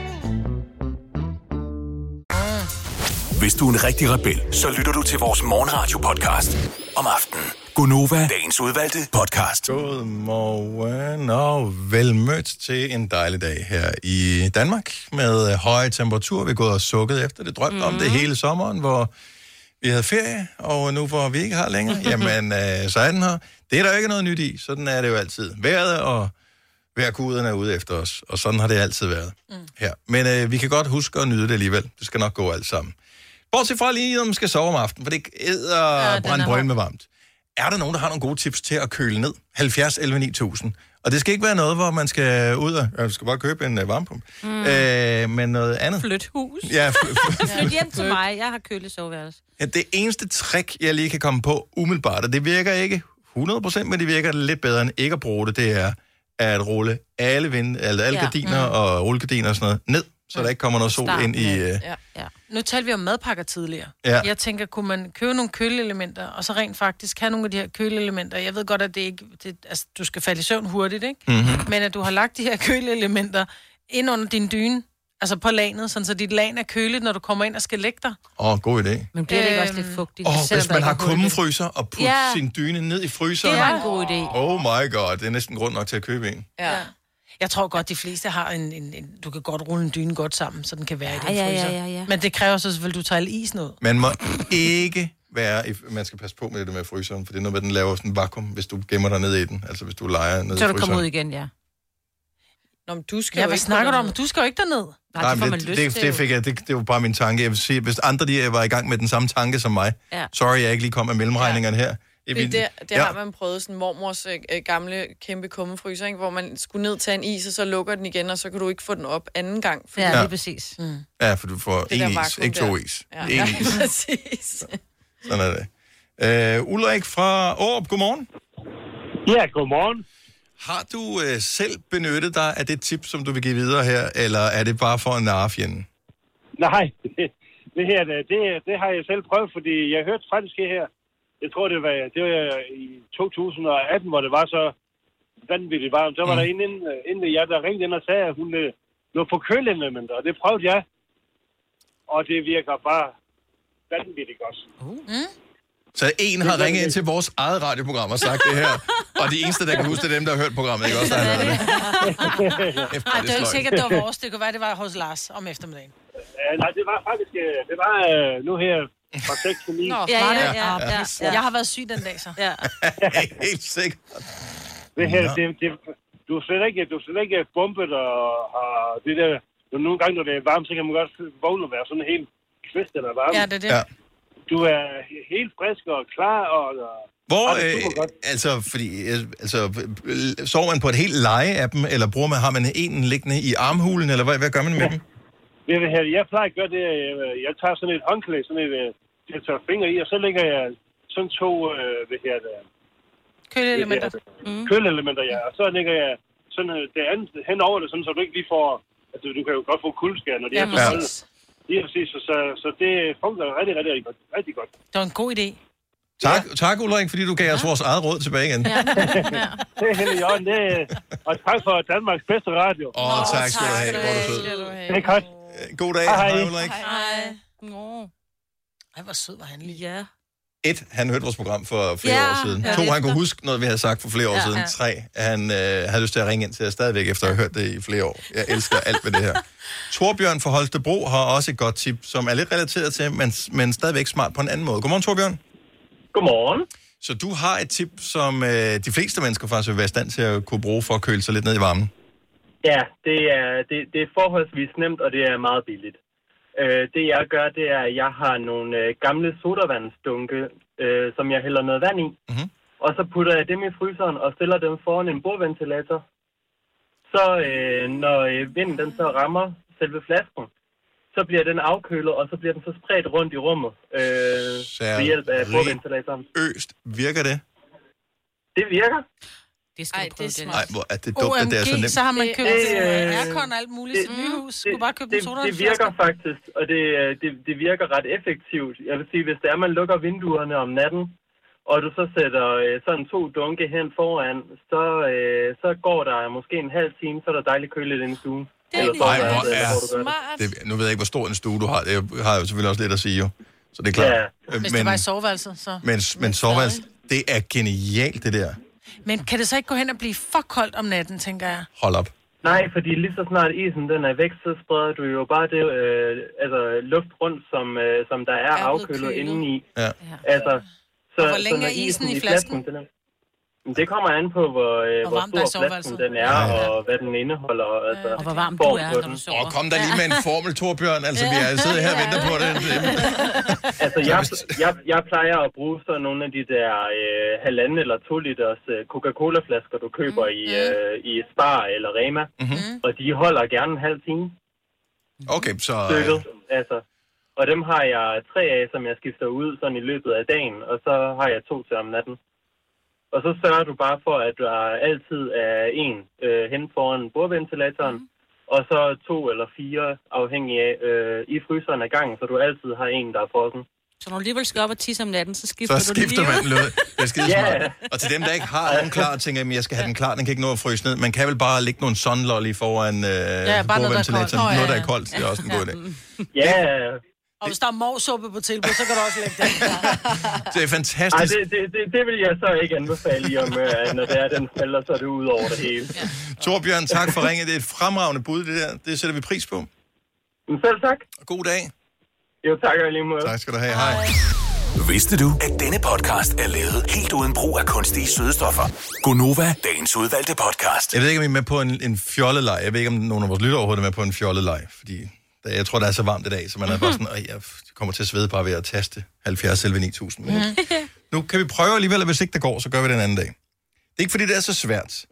Hvis du er en rigtig rebel, så lytter du til vores morgenradio-podcast om aftenen. Gonova, dagens udvalgte podcast. Godmorgen og velmødt til en dejlig dag her i Danmark med høje temperaturer. Vi er gået og sukket efter det, drømte om det hele sommeren, hvor vi havde ferie, og nu hvor vi ikke har længere, jamen så er den her. Det er der jo ikke noget nyt i, sådan er det jo altid. Vejret og vejrguderne er ude efter os, og sådan har det altid været her. Men vi kan godt huske at nyde det alligevel. Det skal nok gå alt sammen. Bortset fra lige, når man skal sove om aftenen, for det æder brænde brønd med varmt. Er der nogen, der har nogle gode tips til at køle ned? 70 11 9000. Og det skal ikke være noget, hvor man skal ud og... Jeg skal bare købe en varmepumpe. Men noget andet. Flyt hus. Ja, flyt hjem til mig. Jeg har kølesoveværelse. Ja, det eneste trick, jeg lige kan komme på umiddelbart, og det virker ikke 100%, men det virker lidt bedre end ikke at bruge det, det er at rulle alle gardiner og rullegardiner og sådan noget ned, så der ikke kommer noget sol ind i... Ja. Nu talte vi om madpakker tidligere. Ja. Jeg tænker, kunne man købe nogle køleelementer, og så rent faktisk have nogle af de her køleelementer. Jeg ved godt, at det ikke... altså, du skal falde i søvn hurtigt, ikke? Mm-hmm. Men at du har lagt de her køleelementer ind under din dyne, altså på lagenet, sådan så dit lagen er køligt, når du kommer ind og skal lægge dig. God idé. Men bliver det ikke også lidt fugtigt? Hvis man har kummefryser og putte sin dyne ned i fryseren. Det var en god idé. Oh my god, det er næsten grund nok til at købe en. Ja. Jeg tror godt, de fleste har en du kan godt rulle en dyne godt sammen, så den kan være i den fryser. Ja. Men det kræver så selvfølgelig, at du tager isen ud. Man må ikke være... Man skal passe på med det med fryseren, for det er noget med, den laver sådan en vakuum, hvis du gemmer dig ned i den. Altså hvis du leger ned i fryseren. Så du kommer ud igen, ja. Nå, men du skal jo hvad ikke snakker du om? Du skal jo ikke derned. Nej, men det var bare min tanke. Jeg vil sige, hvis andre de var i gang med den samme tanke som mig. Ja. Sorry, jeg ikke lige kom med mellemregningerne her. Det har man prøvet, sådan mormors gamle kæmpe kummefryser, ikke? Hvor man skulle ned til en is, og så lukker den igen, og så kan du ikke få den op anden gang. Ja, lige præcis. Ja, for du får en is, ikke to is. Ja, præcis. Sådan er det. Ulrik fra Aarup, godmorgen. Ja, godmorgen. Har du selv benyttet dig af det tip, som du vil give videre her, eller er det bare for en narre fjenden? Nej, Det har jeg selv prøvet, fordi jeg hørte fransk her. Jeg tror, det var i 2018, hvor det var så vanvittigt varmt. Så var der inden jeg der ringede ind og sagde, at hun lå på kølelementer, og det prøvede jeg. Og det virker bare vanvittigt godt. Så en har ringet ind til vores eget radioprogram og sagt det her. Og de eneste, der kan huske, det er dem, der har hørt programmet, ikke også? Nej, det er ikke sikkert, det var vores. Det kunne være, det var hos Lars om eftermiddagen. Nej, det var faktisk... Det var nu her fra 6 til 9. Nå, ja. Jeg har været syg den dag, så. Ja. Helt sikkert. Du er slet ikke bumpet og det der... Nogle gange, når det er varmt, så kan man godt vågne og være sådan helt kvæstet eller varmt. Ja, det er det. Ja. Du er helt frisk og klar og... Hvor, sover man på et helt leje af dem, eller har man en liggende i armhulen, eller hvad gør man med dem? Jeg plejer at gøre det, jeg tager sådan et håndklæde, jeg tager fingre i, og så lægger jeg sådan 2, køleelementer. Køleelementer, ja, og så lægger jeg sådan det andet hen over det, sådan, så du ikke lige får, altså du kan jo godt få kuldskær, når de er så kolde. Lige præcis, så det fungerer rigtig godt. Det var en god idé. Tak, Ulrik, fordi du gav os vores eget råd tilbage igen. Det er helt i orden. Og tak for Danmarks bedste radio. Tak skal du have. Hvor er du sød. Det er godt. God dag. Hej, Ulrik. Hej. Ej, hvor sød var han lige. Ja. 1, han hørte vores program for flere år siden. 2, han kunne huske noget, vi havde sagt for flere år siden. 3, han havde lyst til at ringe ind til os stadigvæk, efter at have hørt det i flere år. Jeg elsker alt ved det her. Torbjørn fra Holstebro har også et godt tip, som er lidt relateret til, men stadigvæk smart på en anden måde. Godmorgen, Torbjørn. Godmorgen. Så du har et tip, som de fleste mennesker faktisk vil være i stand til at kunne bruge for at køle sig lidt ned i varmen. Ja, det er forholdsvis nemt, og det er meget billigt. Det jeg gør, det er, at jeg har nogle gamle sodavandsdunke, som jeg hælder noget vand i. Mm-hmm. Og så putter jeg dem i fryseren og stiller dem foran en bordventilator. Så når vinden den så rammer selve flasken, så bliver den afkølet, og så bliver den så spredt rundt i rummet ved hjælp af bordventilatoren. Virker det? Det virker. Det skal du prøve, Dennis. Nej, hvor er det dumt, at det er så nemt. Så har man købt aircon og alt muligt i sit nye hus. Du bare købe en sodavand. Det virker faktisk, og det virker ret effektivt. Jeg vil sige, hvis det er, man lukker vinduerne om natten, og du så sætter sådan 2 dunke hen foran, så går der måske en halv time, så er der dejligt køligt inde i stuen. Nu ved jeg ikke, hvor stor en stue du har. Det har jo selvfølgelig også lidt at sige, jo. Så det er klart. Ja. Hvis det var i soveværelset, så... Men soveværelset, det er genialt, det der. Men kan det så ikke gå hen og blive for koldt om natten, tænker jeg? Hold op. Nej, fordi lige så snart isen den er væk, så spreder du jo bare det luft rundt, som der er afkølet indeni. Ja. Altså, så, hvor længe er isen i flasken? Det kommer an på, hvor stor flasken den er, og hvad den indeholder. Altså, og hvor varm du er, når du sover. Og kom der lige med en formel, Torbjørn. Altså, vi er siddet her og venter på det. Altså, jeg plejer at bruge sådan nogle af de der 1,5 eller 2 liters Coca-Cola-flasker, du køber i Spar eller Rema. Mm-hmm. Og de holder gerne en halv time. Okay, så... Altså, og dem har jeg 3 af, som jeg skifter ud sådan i løbet af dagen. Og så har jeg 2 til om natten. Og så sørger du bare for, at der altid er en hen foran bordventilatoren, og så 2 eller 4 afhængig af i fryseren af gangen, så du altid har en, der er frossen. Så når du alligevel skal op og tisse om natten, så skifter du det lige. Man noget. Det er skidesmart. Og til dem, der ikke har nogen klar, tænker jeg, jeg skal have den klar, den kan ikke nå at fryse ned. Man kan vel bare lægge nogle sunlolly foran bordventilatoren. Noget, der er koldt. Det er også en god idé. Ja. Og hvis der er morsuppe på tilbud, så kan du også lægge den. Det er fantastisk. Det vil jeg så ikke anbefale i, når det er den falder, så er det ud over det hele. Ja. Torbjørn, tak for ringet. Det er et fremragende bud, det der. Det sætter vi pris på. Selv tak. Og god dag. Jo, tak og lige måde. Tak skal du have. Hej. Vidste du, at denne podcast er lavet helt uden brug af kunstige sødestoffer? Gonova, dagens udvalgte podcast. Jeg ved ikke, om I er med på en fjolleleg. Jeg ved ikke, om nogen af vores lytter overhovedet er med på en fjolleleg, fordi... Jeg tror, det er så varmt i dag, så man er bare sådan, jeg kommer til at svede bare ved at taste 70 eller 9000. Men nu kan vi prøve alligevel, og hvis ikke det går, så gør vi det en anden dag. Det er ikke, fordi det er så svært,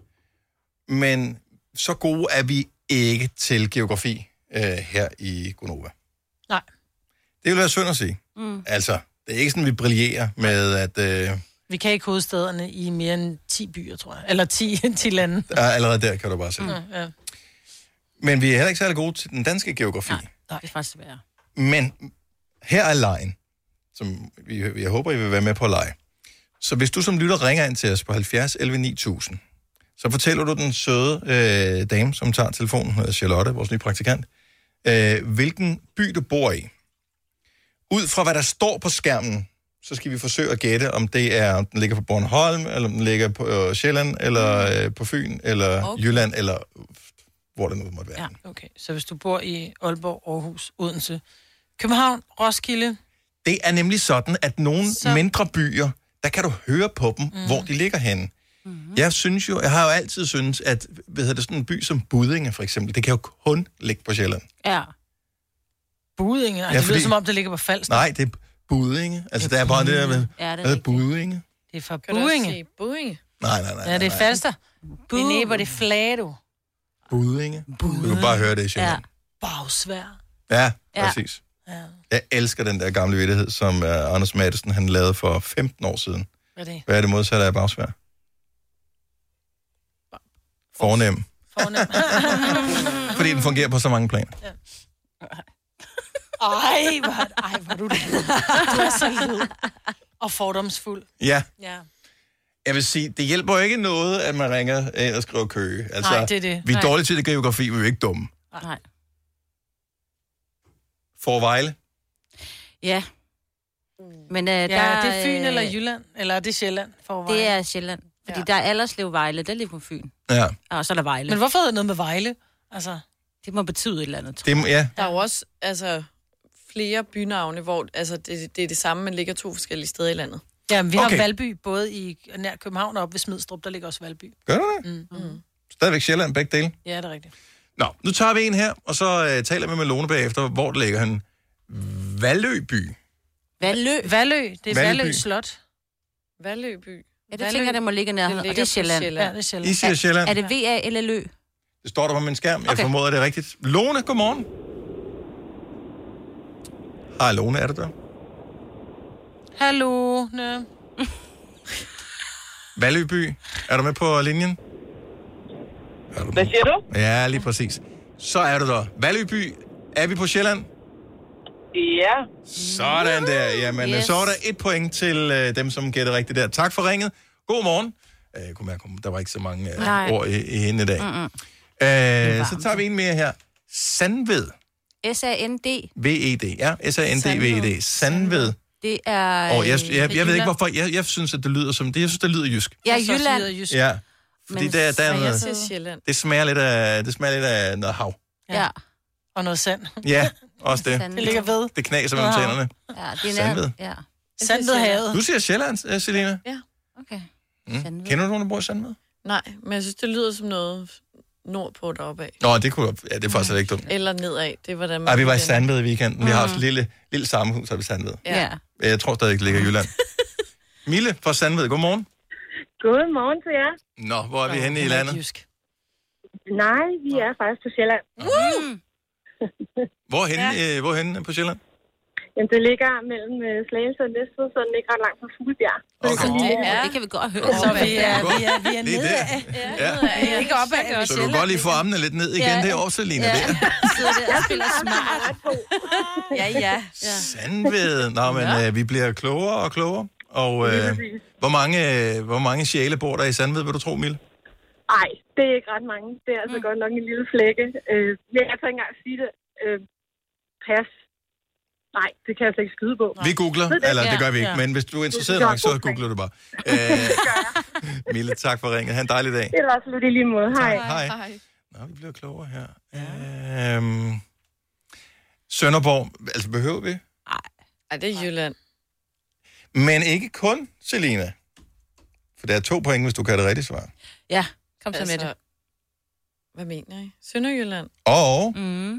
men så gode er vi ikke til geografi her i Gonova. Nej. Det vil være synd at sige. Altså, det er ikke sådan, vi brillerer med, at... Vi kan ikke hovedstederne i mere end 10 byer, tror jeg. Eller 10 lande. Ja, allerede der kan du bare se. Ja. Men vi er heller ikke særlig gode til den danske geografi. Nej, det er faktisk svært. Men Her er lejen, som jeg håber, I vil være med på at lege. Så hvis du som lytter ringer ind til os på 70 11 9000, så fortæller du den søde dame, som tager telefonen, hedder Charlotte, vores nye praktikant, hvilken by du bor i. Ud fra hvad der står på skærmen, så skal vi forsøge at gætte, om den ligger på Bornholm, eller om den ligger på Sjælland, eller på Fyn, eller Jylland, eller hvor det nu måtte være. Ja, okay. Så hvis du bor i Aalborg, Aarhus, Odense, København, Roskilde... Det er nemlig sådan, at nogle mindre byer, der kan du høre på dem, hvor de ligger henne. Mm-hmm. Jeg har jo altid syntes, at sådan en by som Buddinge, for eksempel, det kan jo kun ligge på Sjælland. Ja. Buddinge? Det lyder som om, det ligger på Falster. Nej, det er Buddinge. Altså, der er bare det der med... det er Buddinge. Det er fra Buddinge. Buddinge? Nej. Ja, det er Falster. Det er nede, hvor det er flado. Buddinge. Du kan bare høre det i Sjælland. Ja. Bagsvær. Ja, præcis. Ja. Jeg elsker den der gamle vittighed, som Anders Mattesen, han lavede for 15 år siden. Hvad er det modsatte af bagsvær? Fornem. Fordi den fungerer på så mange planer. Ja. Ej, hvor du det. Du er så led. Og fordomsfuld. Ja. Jeg vil sige, det hjælper jo ikke noget, at man ringer og skriver Køge. Altså, nej, det er det. Vi er dårlige til det geografi, vi er jo ikke dumme. Nej. Forvejle? Ja. Men der det er Fyn eller Jylland? Eller er det Sjælland? Forvejle? Det er Sjælland. Fordi der er Allerslev Vejle, der ligger på Fyn. Ja. Og så er der Vejle. Men hvorfor er det noget med Vejle? Altså... Det må betyde et eller andet. Ja. Der er jo også flere bynavne, hvor det er det samme, men ligger 2 forskellige steder i landet. Ja, vi har Valby, både i nær København og op ved Smidstrup, der ligger også Valby. Gør du det? Mm. Stadigvæk Sjælland, begge dele? Ja, det er rigtigt. Nå, nu tager vi en her, og så taler vi med Lone bagefter, hvor det ligger han. Valløby. Vallø, det er Vallø Slot. Valløby. Ja, det tænker jeg, der må ligge nærheden, og det er Sjælland. Ja, det er Sjælland. I siger Sjælland? Er det V-A-L-L-Ø? Det står der på min skærm. Jeg formoder, det er rigtigt. Lone, godmorgen. Hej, Lone, er du der? Hallo. Valløby, er du med på linjen? Hvad siger du? Ja, lige præcis. Så er du der. Valløby, er vi på Sjælland? Ja. Sådan der. Jamen, så er der 1 point til dem, som gætter rigtigt der. Tak for ringet. God morgen. Jeg kunne mærke, der var ikke så mange ord i hende i dag. Så tager vi en mere her. Sandved. S-A-N-D. V-E-D. Ja, S-A-N-D-V-E-D. Sandved. Det er... Og jeg ved ikke, hvorfor. Jeg synes, at det lyder som... Jeg synes, det lyder jysk. Ja, Jylland. Ja. Fordi der er noget... Det smager lidt af noget hav. Ja. Og noget sand. Ja, også det. Det ligger ved. Det knaser mellem tænderne. Ja, det er Sandved. Ja. Sandved havet. Du siger Sjælland, Selina. Ja. Okay. Kender du nogen, der bor i Sandved? Nej, men jeg synes, det lyder som noget nordpå deroppe af. Nå, det kunne det er faktisk ikke dumt. Eller nedad. Det var der. Vi var i Sandved i weekenden. Vi har også et lille sammenhus her ved Sandved. Ja. Jeg tror stadig, det ligger i Jylland. Mille fra Sandved, godmorgen. Godmorgen til jer. Nå, hvor er vi henne i landet? Nej, vi er faktisk på Sjælland. Hvorhenne på Sjælland? Jamen, det ligger mellem Slagelse og Næstved, så den ligger ret langt fra Fuglebjerg. Det kan vi godt høre. Så vi er nede af. Ja. Ikke op af. Så du kan godt lige få armene lidt ned igen. Det er også Selina der. Sidder der og spiller smart. Ja. Sandved. Nå, men vi bliver klogere og klogere. Og hvor mange sjæle bor der i Sandved, vil du tro, Mille? Nej, det er ikke ret mange. Det er altså godt nok en lille flække. Jeg kan ikke engang sige det. Pas. Nej, det kan jeg slet ikke skyde på. Vi googler, eller det gør vi ikke, men hvis du er interesseret nok, så googler du bare. Mille, tak for ringet. Ha' en dejlig dag. Det var absolut i lige måde. Hej. Hej. Nå, vi bliver klogere her. Sønderborg, altså behøver vi? Nej, det er Jylland. Men ikke kun, Selina. For der er 2 point, hvis du kan det rigtige svar. Ja, kom så med det. Hvad mener I? Sønderjylland? Og...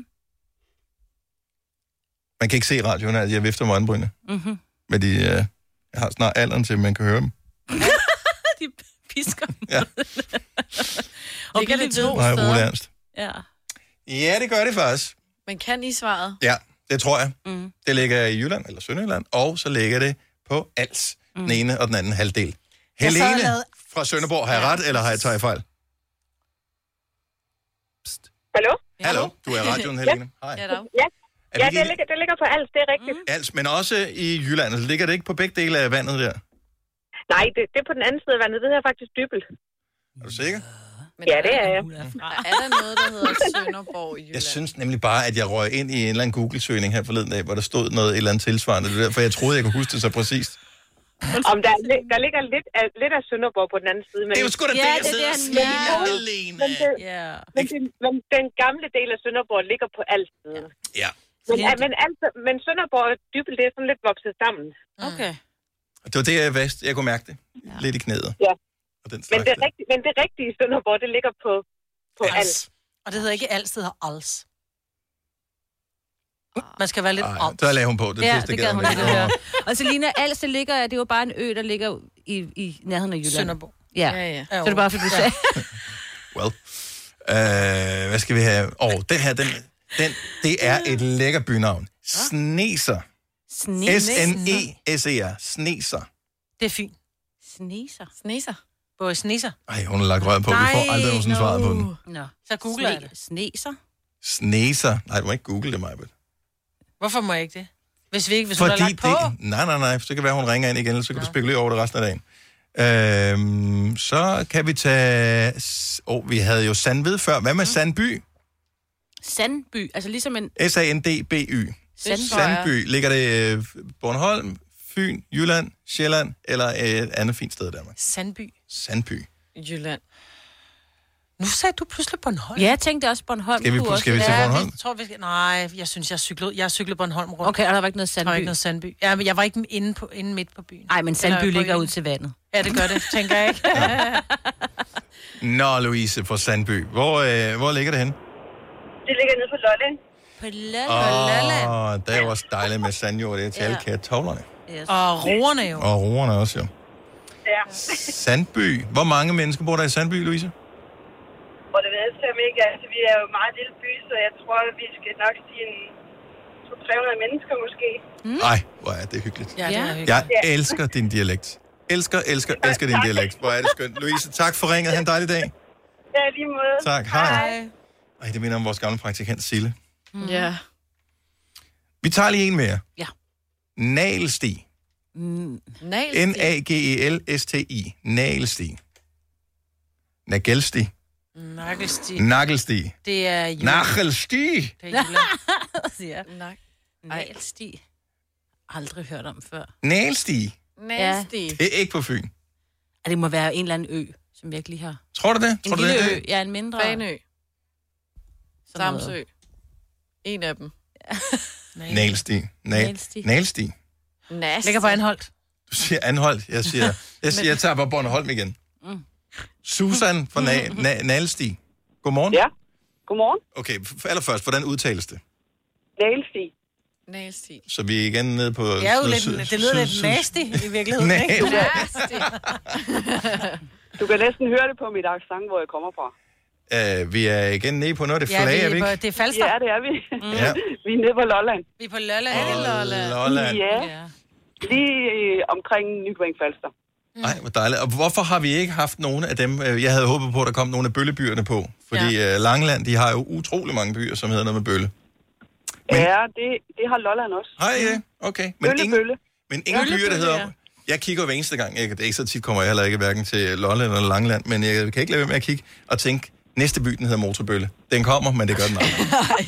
Man kan ikke se radioen, altså jeg vifter med øjenbrynene. Mm-hmm. Men jeg har snart alderen til, at man kan høre dem. De pisker. Ja. Og ligger det 2 steder? Nej, rolig Ernst. Ja, det gør det faktisk. Men kan I svaret? Ja, det tror jeg. Det ligger i Jylland eller Sønderjylland, og så ligger det på Als, den ene og den anden halvdel. Helene fra Sønderborg, har jeg ret, eller har jeg taget fejl? Hallo? Hallo, du er i radioen, Helene. Hej. Ja. Ja, det ligger på Als, det er rigtigt. Als, men også i Jylland. Altså, ligger det ikke på begge dele af vandet der? Nej, det er på den anden side af vandet. Det er faktisk Dybbøl. Er du sikker? Ja, det er jeg. Er der noget, der hedder Sønderborg i Jylland? Jeg synes nemlig bare, at jeg røg ind i en eller anden Google-søgning her forleden dag, hvor der stod noget et eller andet tilsvarende. Det er derfor, jeg troede, jeg kunne huske det så præcist. Om der ligger lidt af Sønderborg på den anden side. Men... Det er jo sgu da det, jeg sidder og siger, Lene. Men den gamle del af Sønderborg ligger på Als-siden. Ja. Men Sønderborg og Dybbøl, det er sådan lidt vokset sammen. Okay. Det var det, jeg kunne mærke det. Lidt i knæet. Ja. Men det rigtige Sønderborg, det ligger på Als. Og det hedder ikke Als, det hedder Als. Man skal være lidt Als. Der lagde hun på. Det gad hun ikke høre. Og Selina, Als, det er jo bare en ø, der ligger i nærheden af Jylland. Sønderborg. Ja. Så det er bare, fordi du sagde. Well. Hvad skal vi have? Den her, det er et lækker bynavn. Sneser. S-N-E-S-E-R. Sneser. Det er fint. Sneser. Både sneser. Ej, hun har lagt røret på. Vi får aldrig nogen svaret på den. Nå. Så googler jeg det. Sneser. Nej, du må ikke google det, Majbert. Hvorfor må jeg ikke det? Hvis hun har lagt på? Nej. Så kan være, hun ringer ind igen, eller så kan du spekulere over det resten af dagen. Så kan vi tage... vi havde jo Sandved før. Hvad med Sandby? Sandby, altså ligesom en... S-A-N-D-B-Y. Sandby. Ligger det Bornholm, Fyn, Jylland, Sjælland, eller et andet fint sted i Danmark? Sandby. Jylland. Nu sagde du pludselig Bornholm. Ja, jeg tænkte også Bornholm. Skal vi til Bornholm? Jeg tror, nej, jeg synes, jeg cyklede Bornholm rundt. Okay, og der var ikke noget Sandby? Der var ikke noget Sandby. Ja, men jeg var ikke inde midt på byen. Nej, men Sandby ligger ud til vandet. Ja, det gør det, tænker jeg ikke. Nå, Louise fra Sandby. Hvor ligger det henne? Det ligger nede på Lolland. På Lolland. Det er jo også dejligt med sandjord. Det er til alle kartoflerne. Yes. Og roerne jo. Og roerne også, jo. Ja. Sandby. Hvor mange mennesker bor der i Sandby, Louise? Og det ved jeg ikke. Altså, vi er jo en meget lille by, så jeg tror, at vi skal nok sige en 200-300 mennesker måske. Nej, hvor er det hyggeligt. Ja, det er hyggeligt. Jeg elsker din dialekt. Elsker din dialekt. Hvor er det skønt. Louise, tak for ringet. Ha' en dejlig dag. Ja, lige måde. Tak. Hej. Ej, det minder om vores gamle praktikant Sille. Ja. Vi tager lige en mere. Ja. Nagelsti. N-A-G-E-L-S-T-I. Nagelsti. Nagelsti. Nagelsti. Det er Jylland. Nagelsti. Det er Jylland. Nagelsti. Aldrig hørt om før. Nagelsti. Ja. Det er ikke på Fyn. Det må være en eller anden ø, som virkelig har. Tror du det? En lille ø. Ja, en mindre. Fanø. Samsø. En af dem. Nagelsti. Nagelsti. Ligger på Anholt. Du siger Anholt. Jeg tager på Bornholm igen. Susan fra Nagelsti. Godmorgen. Ja, godmorgen. Okay, allerførst, hvordan udtales det? Nagelsti. Så vi er igen nede på... Det er jo lidt, det lyder lidt nasty i virkeligheden, ikke? Du kan næsten høre det på mit accent, hvor jeg kommer fra. Vi er igen nede på noget, det flag, er vi ikke? Det er Falster. Ja, det er vi. Ja. Vi er nede på Lolland. Vi er på Lolland. Lolland. Ja. Lige omkring Nykøbing Falster. Nej, hvor dejligt. Og hvorfor har vi ikke haft nogen af dem? Jeg havde håbet på, at der kom nogle af bøllebyerne på. Fordi Langeland, de har jo utrolig mange byer, som hedder noget med bølle. Men... Ja, det har Lolland også. Ja, okay. Men ingen byer, der hedder... Jeg kigger hver eneste gang. Det er ikke så tit, kommer jeg heller ikke hverken til Lolland eller Langeland, men jeg kan ikke lade være med at kigge og tænke, næste by, den hedder Motorbølle. Den kommer, men det gør den aldrig.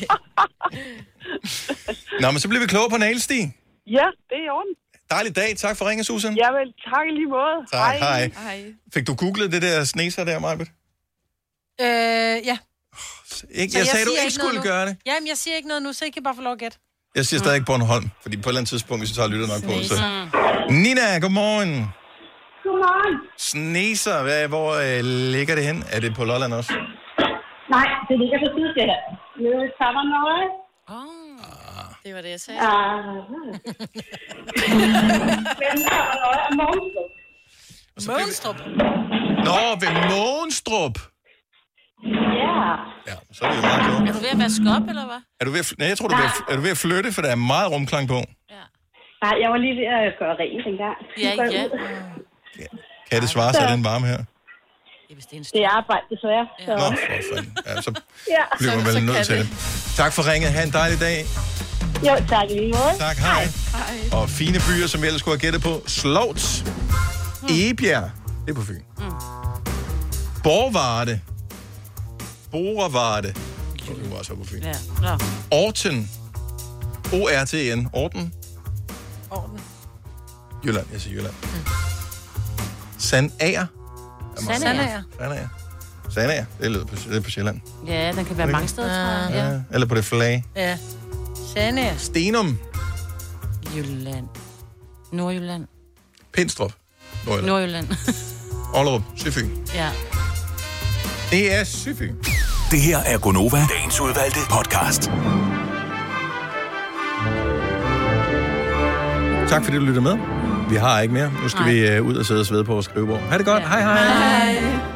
Nå, men så bliver vi klogere på Nagelsti. Ja, det er i orden. Dejlig dag. Tak for ringen, Susan. Jamen, tak i lige måde. Tak, hej. Fik du googlet det der sneser der, Majbet? Ja. Jeg sagde, du ikke skulle gøre det. Jamen, jeg siger ikke noget nu, så I kan bare få lov at gætte. Jeg siger stadig ikke Bornholm, fordi på et eller andet tidspunkt, hvis vi tager lytter nok på. Så. Nina, godmorgen. Godmorgen. Sneser, hvor ligger det hen? Er det på Lolland også? Nej, det ligger på Sydsjælland. Nede i Tavernøje. Det var det, jeg sagde. Mogenstrup. Nå, ved Mogenstrup. Ja, så er det jo meget klogt. Er du ved at vaske op, eller hvad? Jeg tror, er du ved at flytte, for der er meget rumklang på. Nej, jeg var lige ved at gøre rent engang. Ja. Kan det svare sig, den varme her? Det er arbejde, desværre. Nå, for fanden. Ja, så bliver man vel nødt til det. Tak for ringet. Ha' en dejlig dag. Jo, tak lige måde. Tak, hej. Og fine byer, som vi ellers skulle have gættet på. Slotts. Egebjerg. Det er på Fyn. Borvarde. Borvarde. Det var også på Fyn. Ja. Orten. O-R-T-N. Orten. Jylland. Jeg siger Jylland. Sandager. Sandager. Det er på Sjælland. Ja, den kan være mange steder, tror jeg. Ja. Eller på det flag. Ja. Sandager. Stenum. Jylland. Nordjylland. Pindstrup. Nordjylland. Ollerup. Søfyn. Ja. Det er Søfyn. Det her er Gonova, dagens udvalgte podcast. Tak fordi du lytter med. Vi har ikke mere. Nu skal vi ud og sidde og svede på vores skrivebord. Ha' det godt. Hej hej.